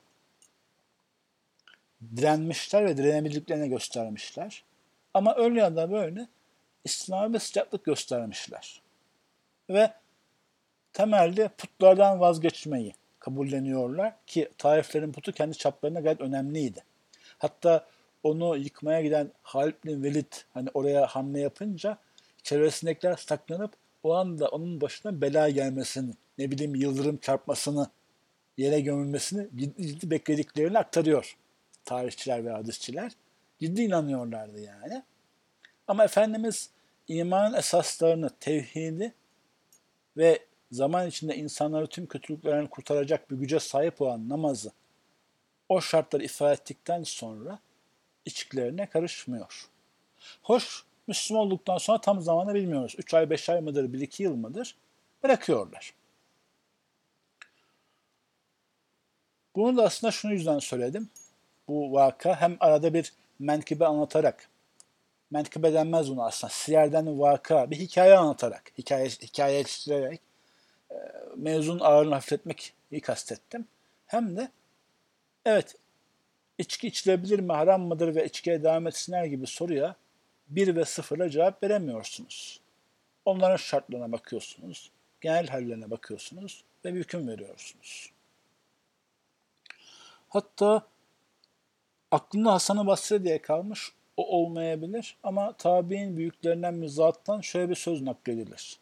direnmişler ve direnebildiklerini göstermişler. Ama öyle ya da böyle İslam'a bir sıcaklık göstermişler. Ve temelde putlardan vazgeçmeyi kabulleniyorlar ki Taiflerin putu kendi çaplarına gayet önemliydi. Hatta onu yıkmaya giden Halid bin Velid hani oraya hamle yapınca çevresindekiler saklanıp o anda onun başına bela gelmesini, ne bileyim yıldırım çarpmasını, yere gömülmesini ciddi ciddi beklediklerini aktarıyor tarihçiler ve hadisçiler. Ciddi inanıyorlardı yani. Ama Efendimiz imanın esaslarını, tevhidi ve zaman içinde insanları tüm kötülüklerden kurtaracak bir güce sahip olan namazı o şartları ifade ettikten sonra içkilerine karışmıyor. Hoş Müslüman olduktan sonra tam zamanı bilmiyoruz. 3 ay 5 ay mıdır 1-2 yıl mıdır bırakıyorlar. Bunu da aslında şunu yüzden söyledim. Bu vaka hem arada bir menkıbe anlatarak, menkıbe denmez buna aslında, siyerden vaka, bir hikaye anlatarak, hikayeleştirerek mevzunun ağırlığını hafifletmeyi kastettim. Hem de evet içki içilebilir mi, haram mıdır ve içkiye devam etsinler gibi soruya 1 ve 0 ile cevap veremiyorsunuz. Onların şartlarına bakıyorsunuz, genel hallerine bakıyorsunuz ve bir hüküm veriyorsunuz. Hatta aklında Hasan-ı Basri diye kalmış, o olmayabilir ama tabi'in büyüklerinden bir zattan şöyle bir söz nakledilir.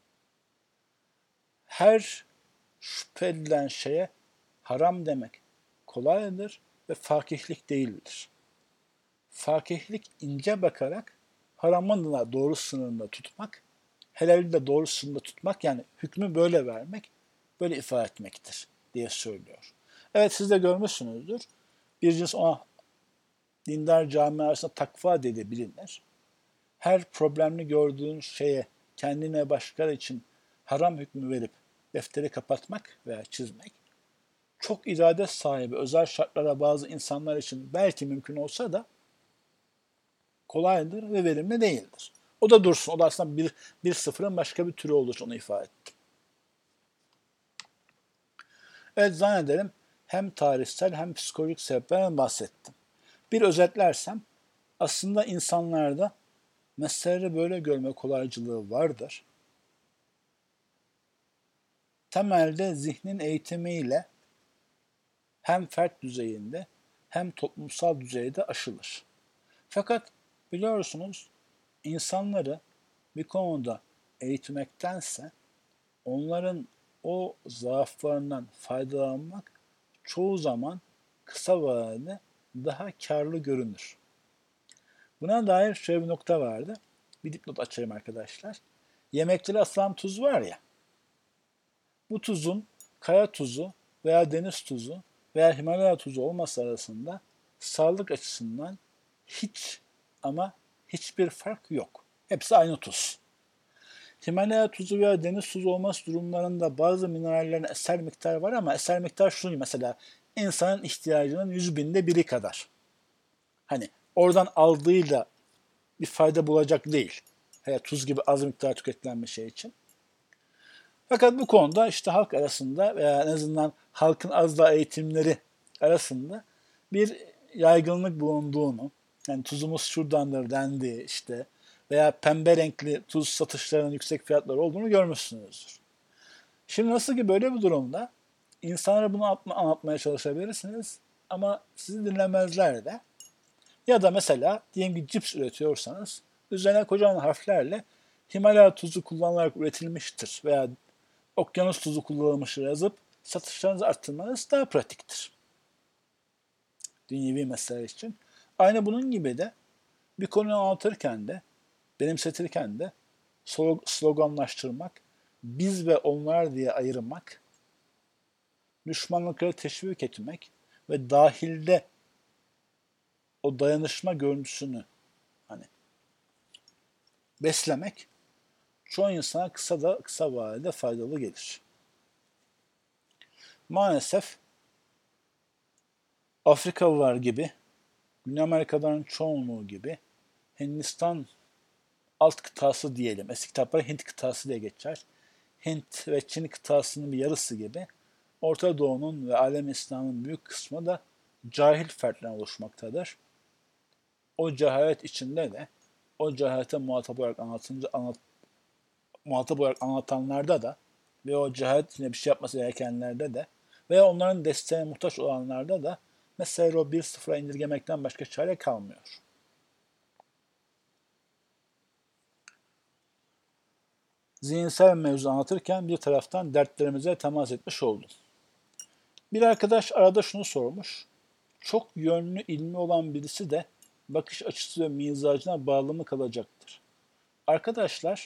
Her şüphe edilen şeye haram demek kolaydır ve fakihlik değildir. Fakihlik ince bakarak haramın da doğru sınırında tutmak, helali de doğru sınırında tutmak yani hükmü böyle vermek, böyle ifade etmektir diye söylüyor. Evet siz de görmüşsünüzdür. Bir cins ona dindar cami arasında takva dedi bilinir. Her problemli gördüğün şeye kendine başkaları için haram hükmü verip defteri kapatmak veya çizmek çok irade sahibi özel şartlara bazı insanlar için belki mümkün olsa da kolaydır ve verimli değildir. O da dursun. O da aslında bir sıfırın başka bir türü olur. Onu ifade ettim. Evet, zannederim hem tarihsel hem psikolojik sebeplerden bahsettim. Bir özetlersem aslında insanlarda meseleleri böyle görme kolaycılığı vardır. Temelde zihnin eğitimiyle hem fert düzeyinde hem toplumsal düzeyde aşılır. Fakat biliyorsunuz insanları bir konuda eğitmektense onların o zaaflarından faydalanmak çoğu zaman kısa vadede daha karlı görünür. Buna dair şöyle bir nokta vardı. Bir dipnot açayım arkadaşlar. Yemekleri atılan tuz var ya, bu tuzun kaya tuzu veya deniz tuzu veya Himalaya tuzu olması arasında sağlık açısından hiç ama hiçbir fark yok. Hepsi aynı tuz. Himalaya tuzu veya deniz tuzu olması durumlarında bazı minerallerin eser miktarı var ama eser miktar şunu mesela insanın ihtiyacının 100.000'de 1'i kadar. Hani oradan aldığıyla bir fayda bulacak değil. Hele tuz gibi az miktar tüketilen bir şey için. Fakat bu konuda işte halk arasında veya en azından halkın az daha eğitimleri arasında bir yaygınlık bulunduğunu, yani tuzumuz şuradandır dendiği işte veya pembe renkli tuz satışlarının yüksek fiyatları olduğunu görmüşsünüzdür. Şimdi nasıl ki böyle bir durumda insanlara bunu anlatmaya çalışabilirsiniz ama sizi dinlemezler de. Ya da mesela diyelim ki cips üretiyorsanız üzerine kocaman harflerle Himalaya tuzu kullanılarak üretilmiştir veya okyanus tuzu kullanılmıştır yazıp satışlarınızı arttırmanız daha pratiktir. Dünyevi mesele için. Aynı bunun gibi de bir konuyu anlatırken de, benimsetirken de sloganlaştırmak, biz ve onlar diye ayırmak, düşmanlıkları teşvik etmek ve dahilde o dayanışma görüntüsünü hani beslemek çoğu insana kısa vadede faydalı gelir. Maalesef Afrikalılar gibi, Güney Amerika'dan çoğunluğu gibi Hindistan alt kıtası diyelim. Eski kitaplara Hint kıtası diye geçer. Hint ve Çin kıtasının bir yarısı gibi Orta Doğu'nun ve alem İslam'ın büyük kısmı da cahil fertlerden oluşmaktadır. O cehalet içinde de o cehalete muhatap olarak anlatanlarda da ve o cehalet içinde bir şey yapması gerekenlerde de veya onların desteğine muhtaç olanlarda da mesela o 1-0'a indirgemekten başka çare kalmıyor. Zihinsel mevzu anlatırken bir taraftan dertlerimize temas etmiş oldum. Bir arkadaş arada şunu sormuş. Çok yönlü ilmi olan birisi de bakış açısı ve mizacına bağlı mı kalacaktır? Arkadaşlar,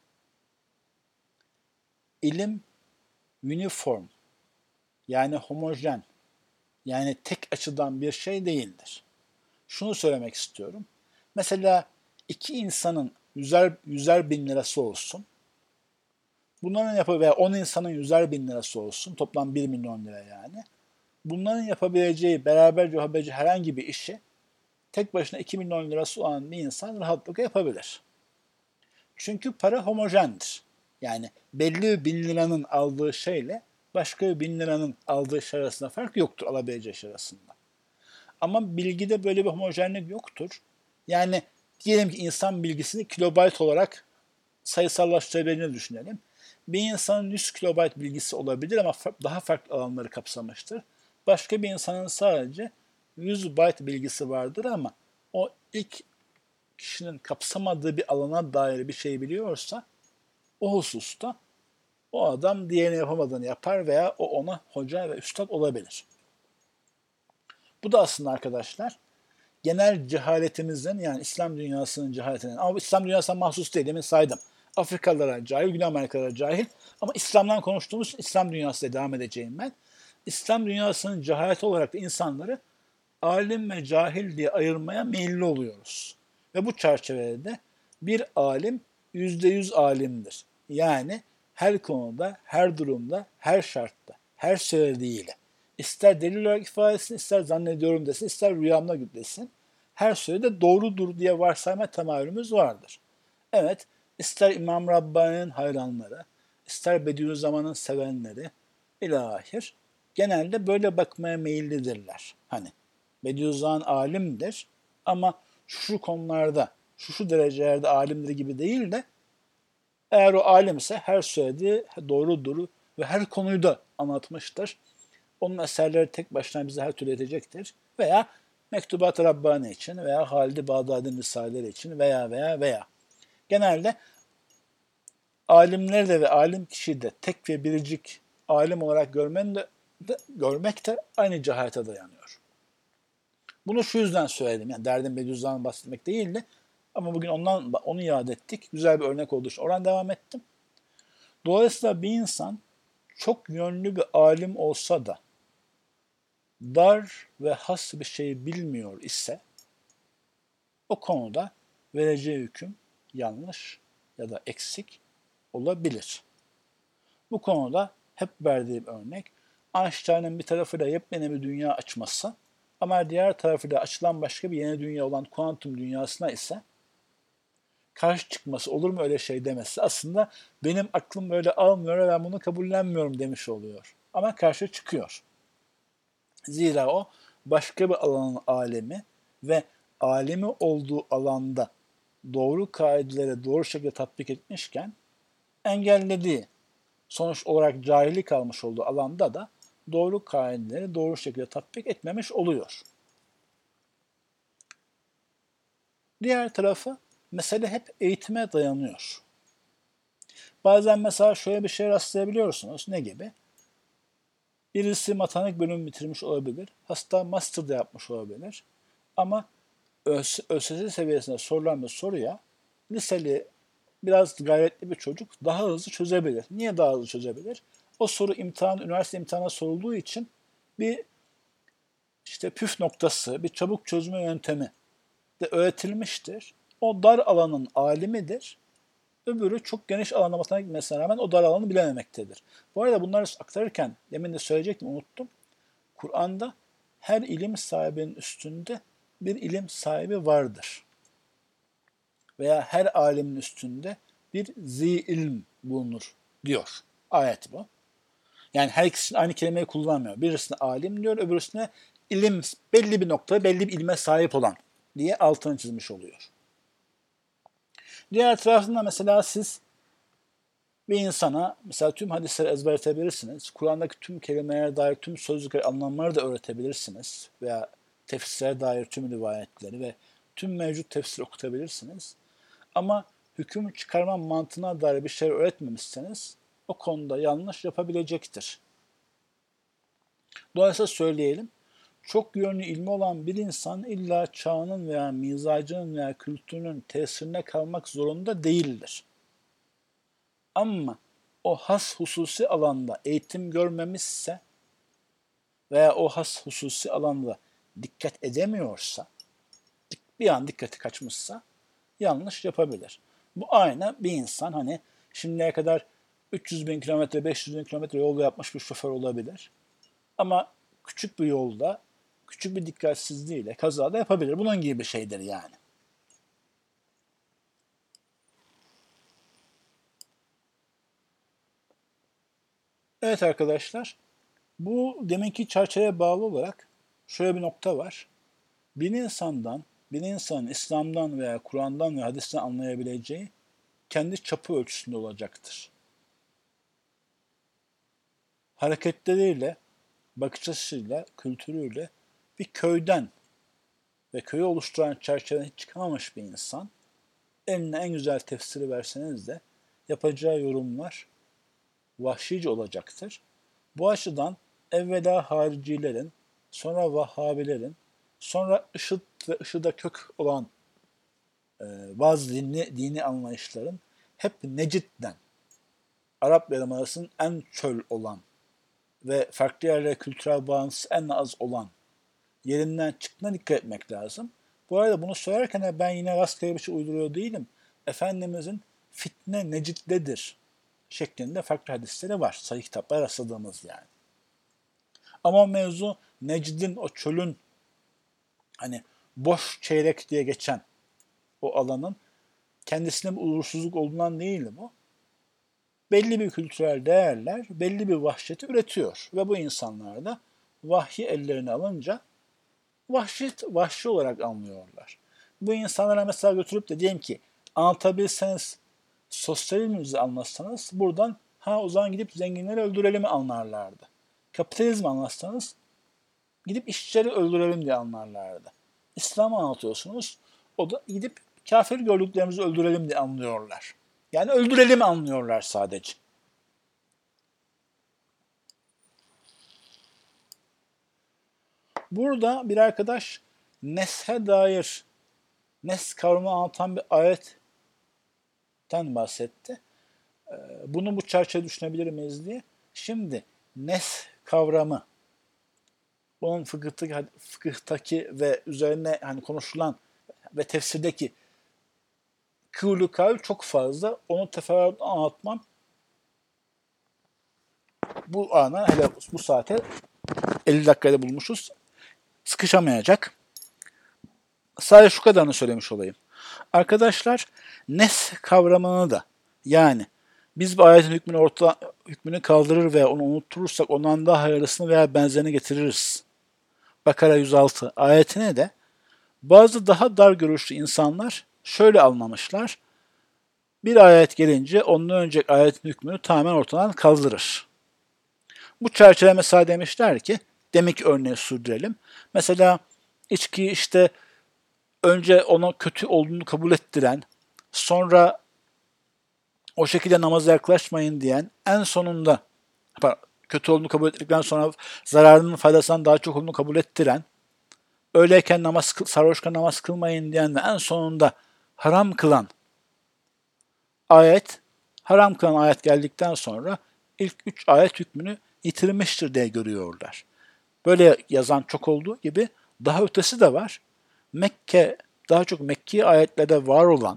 ilim uniform yani homojen yani tek açıdan bir şey değildir. Şunu söylemek istiyorum. Mesela iki insanın yüzer bin lirası olsun. Bunların veya 10 insanın 100.000 lirası olsun. Toplam 1 milyon lira yani. Bunların yapabileceği, beraberce yapabileceği herhangi bir işi tek başına 2 milyon lirası olan bir insan rahatlıkla yapabilir. Çünkü para homojendir. Yani belli bir 1.000 liranın aldığı şeyle başka bir 1.000 liranın aldığı şey arasında fark yoktur, alabileceği şey arasında. Ama bilgide böyle bir homojenlik yoktur. Yani diyelim ki insan bilgisini kilobayt olarak sayısallaştırabileceğini düşünelim. Bir insanın 100 kilobayt bilgisi olabilir ama daha farklı alanları kapsamıştır. Başka bir insanın sadece 100 byte bilgisi vardır ama o ilk kişinin kapsamadığı bir alana dair bir şey biliyorsa o hususta o adam diğerine yapamadığını yapar veya o ona hoca ve üstad olabilir. Bu da aslında arkadaşlar genel cehaletimizden yani İslam dünyasının cehaletinden ama İslam dünyasına mahsus değil demin saydım. Afrikalılara cahil, Güney Amerikalılara cahil ama İslam'dan konuştuğumuz için İslam dünyasıyla devam edeceğim ben. İslam dünyasının cehaleti olarak da insanları alim ve cahil diye ayırmaya meyilli oluyoruz. Ve bu çerçevede bir alim %100 alimdir. Yani her konuda, her durumda, her şartta, her söylediğiyle. İster delil olarak ifade etsin, ister zannediyorum desin, ister rüyamda desin. her söylediği doğrudur diye varsayma temayülümüz vardır. Evet, ister İmam Rabbani'nin hayranları, ister Bediüzzaman'ın sevenleri ilahir genelde böyle bakmaya meyillidirler. Hani Bediüzzaman alimdir ama şu konularda, şu derecelerde alimdir gibi değil de eğer o alimse her söylediği doğrudur ve her konuyu da anlatmıştır. Onun eserleri tek başına bize her türlü yetecektir. Veya Mektubat-ı Rabbani için veya Halid-i Bağdadi'nin risaleleri için veya. Genelde alimleri de ve alim kişiyi de tek ve biricik alim olarak görmek de aynı cehalete dayanıyor. Bunu şu yüzden söyledim. Yani derdim Bediüzzaman'dan bahsetmek değildi. Ama bugün onu yad ettik. Güzel bir örnek olduğu için oradan devam ettim. Dolayısıyla bir insan çok yönlü bir alim olsa da dar ve has bir şeyi bilmiyor ise o konuda vereceği hüküm yanlış ya da eksik olabilir. Bu konuda hep verdiğim örnek Einstein'ın bir tarafıyla yepyeni bir dünya açması ama diğer tarafıyla açılan başka bir yeni dünya olan kuantum dünyasına ise karşı çıkması, olur mu öyle şey demesi aslında benim aklım böyle almıyor ve ben bunu kabullenmiyorum demiş oluyor. Ama karşı çıkıyor. Zira o başka bir alanın alemi ve alemi olduğu alanda doğru kaidelere doğru şekilde tatbik etmişken engellediği, sonuç olarak cahillik kalmış olduğu alanda da doğru kaideleri doğru şekilde tatbik etmemiş oluyor. Diğer tarafı mesele hep eğitime dayanıyor. Bazen mesela şöyle bir şey rastlayabiliyorsunuz. Ne gibi? Birisi matematik bölümü bitirmiş olabilir. Hasta master'da yapmış olabilir. Ama ÖSS seviyesinde sorulan bir soruya liseli biraz gayretli bir çocuk daha hızlı çözebilir. Niye daha hızlı çözebilir? O soru üniversite imtihanına sorulduğu için bir püf noktası, bir çabuk çözme yöntemi de öğretilmiştir. O dar alanın alimidir. Öbürü çok geniş alanda matematik bilmesine rağmen o dar alanı bilememektedir. Bu arada bunları aktarırken demin de söyleyecektim, unuttum. Kur'an'da her ilim sahibinin üstünde bir ilim sahibi vardır. Veya her alimin üstünde bir ilm bulunur diyor. Ayet bu. Yani her ikisinin aynı kelimeyi kullanmıyor. Birisine alim diyor, öbürüsüne ilim, belli bir noktada belli bir ilme sahip olan diye altını çizmiş oluyor. Diğer tarafında mesela siz bir insana mesela tüm hadisleri ezberletebilirsiniz. Kur'an'daki tüm kelimelere dair tüm sözlükleri, anlamları da öğretebilirsiniz. Veya tefsire dair tüm rivayetleri ve tüm mevcut tefsiri okutabilirsiniz. Ama hüküm çıkarma mantığına dair bir şey öğretmemişseniz o konuda yanlış yapabilecektir. Dolayısıyla söyleyelim, çok yönlü ilmi olan bir insan illa çağının veya mizacının veya kültürünün tesirine kalmak zorunda değildir. Ama o has hususi alanda eğitim görmemişse veya o has hususi alanda dikkat edemiyorsa, bir an dikkati kaçmışsa yanlış yapabilir. Bu aynı bir insan hani şimdiye kadar 300 bin kilometre, 500 bin kilometre yol yapmış bir şoför olabilir. Ama küçük bir yolda, küçük bir dikkatsizliğiyle kaza da yapabilir. Bunun gibi bir şeydir yani. Evet arkadaşlar, bu deminki çerçeveye bağlı olarak şöyle bir nokta var. Bir insanın İslam'dan veya Kur'an'dan ve hadisten anlayabileceği kendi çapı ölçüsünde olacaktır. Hareketleriyle, bakış açısıyla, kültürüyle bir köyden ve köyü oluşturan çerçeveden hiç çıkamamış bir insan, eline en güzel tefsiri verseniz de yapacağı yorumlar vahşice olacaktır. Bu açıdan evvela haricilerin, sonra Vahhabilerin, sonra IŞİD ve IŞİD'e kök olan bazı dini anlayışların hep Necid'den, Arap Yarımadası'nın en çöl olan ve farklı yerlere kültürel bağıntısı en az olan yerinden çıktığına dikkat etmek lazım. Bu arada bunu söylerken de ben yine rastgele bir şey uyduruyor değilim. Efendimizin fitne Necid'dedir şeklinde farklı hadisleri var. Sahih kitaplar rastladığımız yani. Ama mevzu Necid'in, o çölün hani boş çeyrek diye geçen o alanın kendisine bir uğursuzluk olduğundan değil bu. Belli bir kültürel değerler, belli bir vahşeti üretiyor. Ve bu insanlar da vahyi ellerine alınca vahşi olarak anlıyorlar. Bu insanlara mesela götürüp de diyelim ki anlatabilseniz, sosyalizmimizi anlatsanız buradan o zaman gidip zenginleri öldürelim anlarlardı. Kapitalizmi anlatsanız gidip işçileri öldürelim diye anlarlardı. İslam'ı anlatıyorsunuz, o da gidip kafir gördüklerimizi öldürelim diye anlıyorlar. Yani öldürelim anlıyorlar sadece. Burada bir arkadaş neshe dair, nes kavramını anlatan bir ayetten bahsetti. Bunu bu çerçeve düşünebilir miyiz diye. Şimdi nes kavramı, bunun fıkıhtaki ve üzerine konuşulan ve tefsirdeki kıvlı kavl çok fazla. Onu teferruatla anlatmam bu ana, hele bu saate 50 dakikada bulmuşuz, sıkışamayacak. Sadece şu kadarını söylemiş olayım. Arkadaşlar, nes kavramını da, yani biz bir ayetin hükmünü kaldırır veya onu unutturursak ondan daha hayırlısını veya benzerini getiririz. Bakara 106 ayetine de bazı daha dar görüşlü insanlar şöyle anlamışlar. Bir ayet gelince ondan önceki ayetin hükmünü tamamen ortadan kaldırır. Bu çerçeve mesela demişler ki, demek örneği sürdürelim. Mesela içkiyi işte önce ona kötü olduğunu kabul ettiren, sonra o şekilde namaza yaklaşmayın diyen, en sonunda kötü olduğunu kabul ettikten sonra zararının faydasından daha çok olduğunu kabul ettiren, öyleyken sarhoşken namaz kılmayın diyen ve en sonunda haram kılan ayet geldikten sonra ilk 3 ayet hükmünü yitirmiştir diye görüyorlar. Böyle yazan çok olduğu gibi daha ötesi de var. Daha çok Mekki ayetlerde var olan,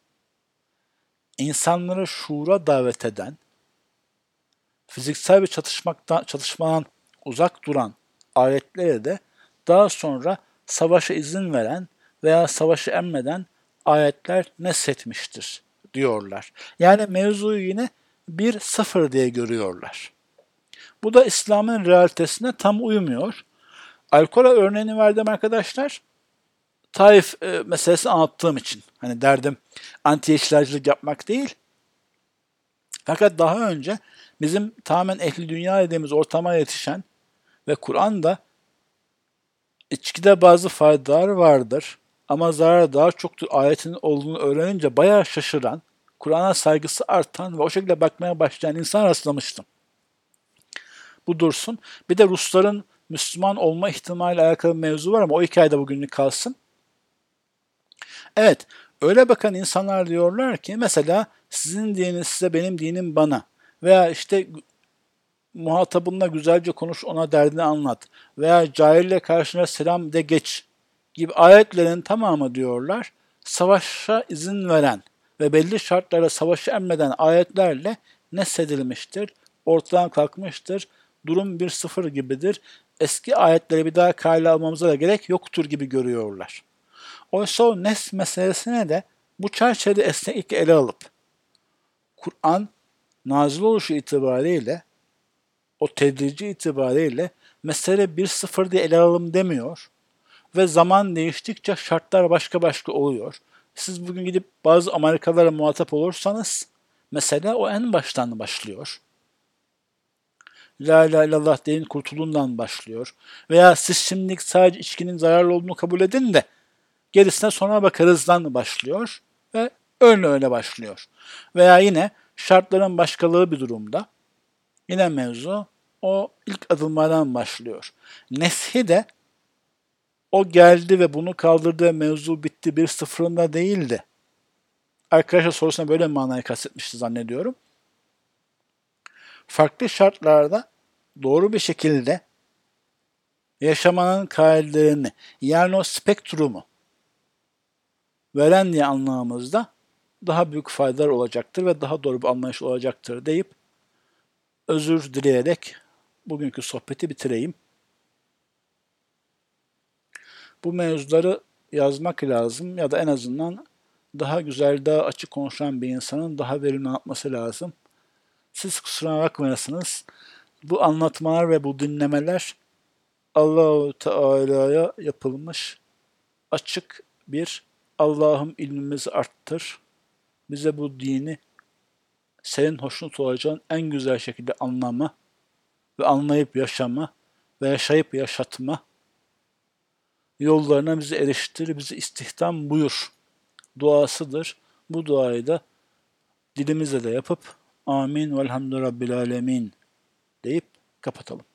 insanları şuura davet eden, fiziksel bir çatışmadan uzak duran ayetlere de daha sonra savaşa izin veren veya savaşı emreden ayetler neshetmiştir diyorlar. Yani mevzuyu yine 1-0 diye görüyorlar. Bu da İslam'ın realitesine tam uymuyor. Alkol'a örneğini verdim arkadaşlar. Taif meselesi anlattığım için. Derdim anti-yeşilcilik yapmak değil. Fakat daha önce bizim tamamen ehli dünya dediğimiz ortama yetişen ve Kur'an'da içkide bazı faydalar vardır ama zararı daha çoktur ayetinin olduğunu öğrenince bayağı şaşıran, Kur'an'a saygısı artan ve o şekilde bakmaya başlayan insan rastlamıştım. Bu dursun. Bir de Rusların Müslüman olma ihtimaliyle alakalı bir mevzu var ama o hikayede bugünlük kalsın. Evet, öyle bakan insanlar diyorlar ki mesela sizin dininiz size, benim dinim bana veya işte muhatabınla güzelce konuş, ona derdini anlat veya cahille karşına selam de geç gibi ayetlerin tamamı diyorlar savaşa izin veren ve belli şartlara savaşı emreden ayetlerle nesledilmiştir, ortadan kalkmıştır, durum 1-0 gibidir, eski ayetleri bir daha kale almamıza da gerek yoktur gibi görüyorlar. Oysa o nes meselesine de bu çerçevede esneklikle ele alıp Kur'an nazil oluşu itibariyle, o tedrici itibariyle mesele 1-0 diye ele alalım demiyor ve zaman değiştikçe şartlar başka oluyor. Siz bugün gidip bazı Amerikalılara muhatap olursanız mesele o en baştan başlıyor. La ilahe illallah deyin kurtulundan başlıyor. Veya siz şimdilik sadece içkinin zararlı olduğunu kabul edin de gerisine sonra bakarızdan başlıyor ve öyle başlıyor. Veya yine şartların başkalığı bir durumda yine mevzu o ilk adımlardan başlıyor. Neshi de o geldi ve bunu kaldırdı, mevzu bitti 1-0'ında değildi. Arkadaşlar sorusuna böyle bir manayı kastetmişti zannediyorum. Farklı şartlarda doğru bir şekilde yaşamanın kaidelerini, yani o spektrumu veren diye anlamamızda daha büyük faydalar olacaktır ve daha doğru bir anlayış olacaktır deyip özür dileyerek bugünkü sohbeti bitireyim. Bu mevzuları yazmak lazım ya da en azından daha güzel, daha açık konuşan bir insanın daha verimli anlatması lazım. Siz kusura bakmayasınız. Bu anlatmalar ve bu dinlemeler Allah-u Teala'ya yapılmış açık bir Allah'ım ilmimizi arttır. Bize bu dini senin hoşnut olacağın en güzel şekilde anlama ve anlayıp yaşama ve yaşayıp yaşatma yollarına bizi eriştir, bizi istihdam buyur duasıdır. Bu duayı da dilimizle de yapıp amin velhamdü rabbil alemin deyip kapatalım.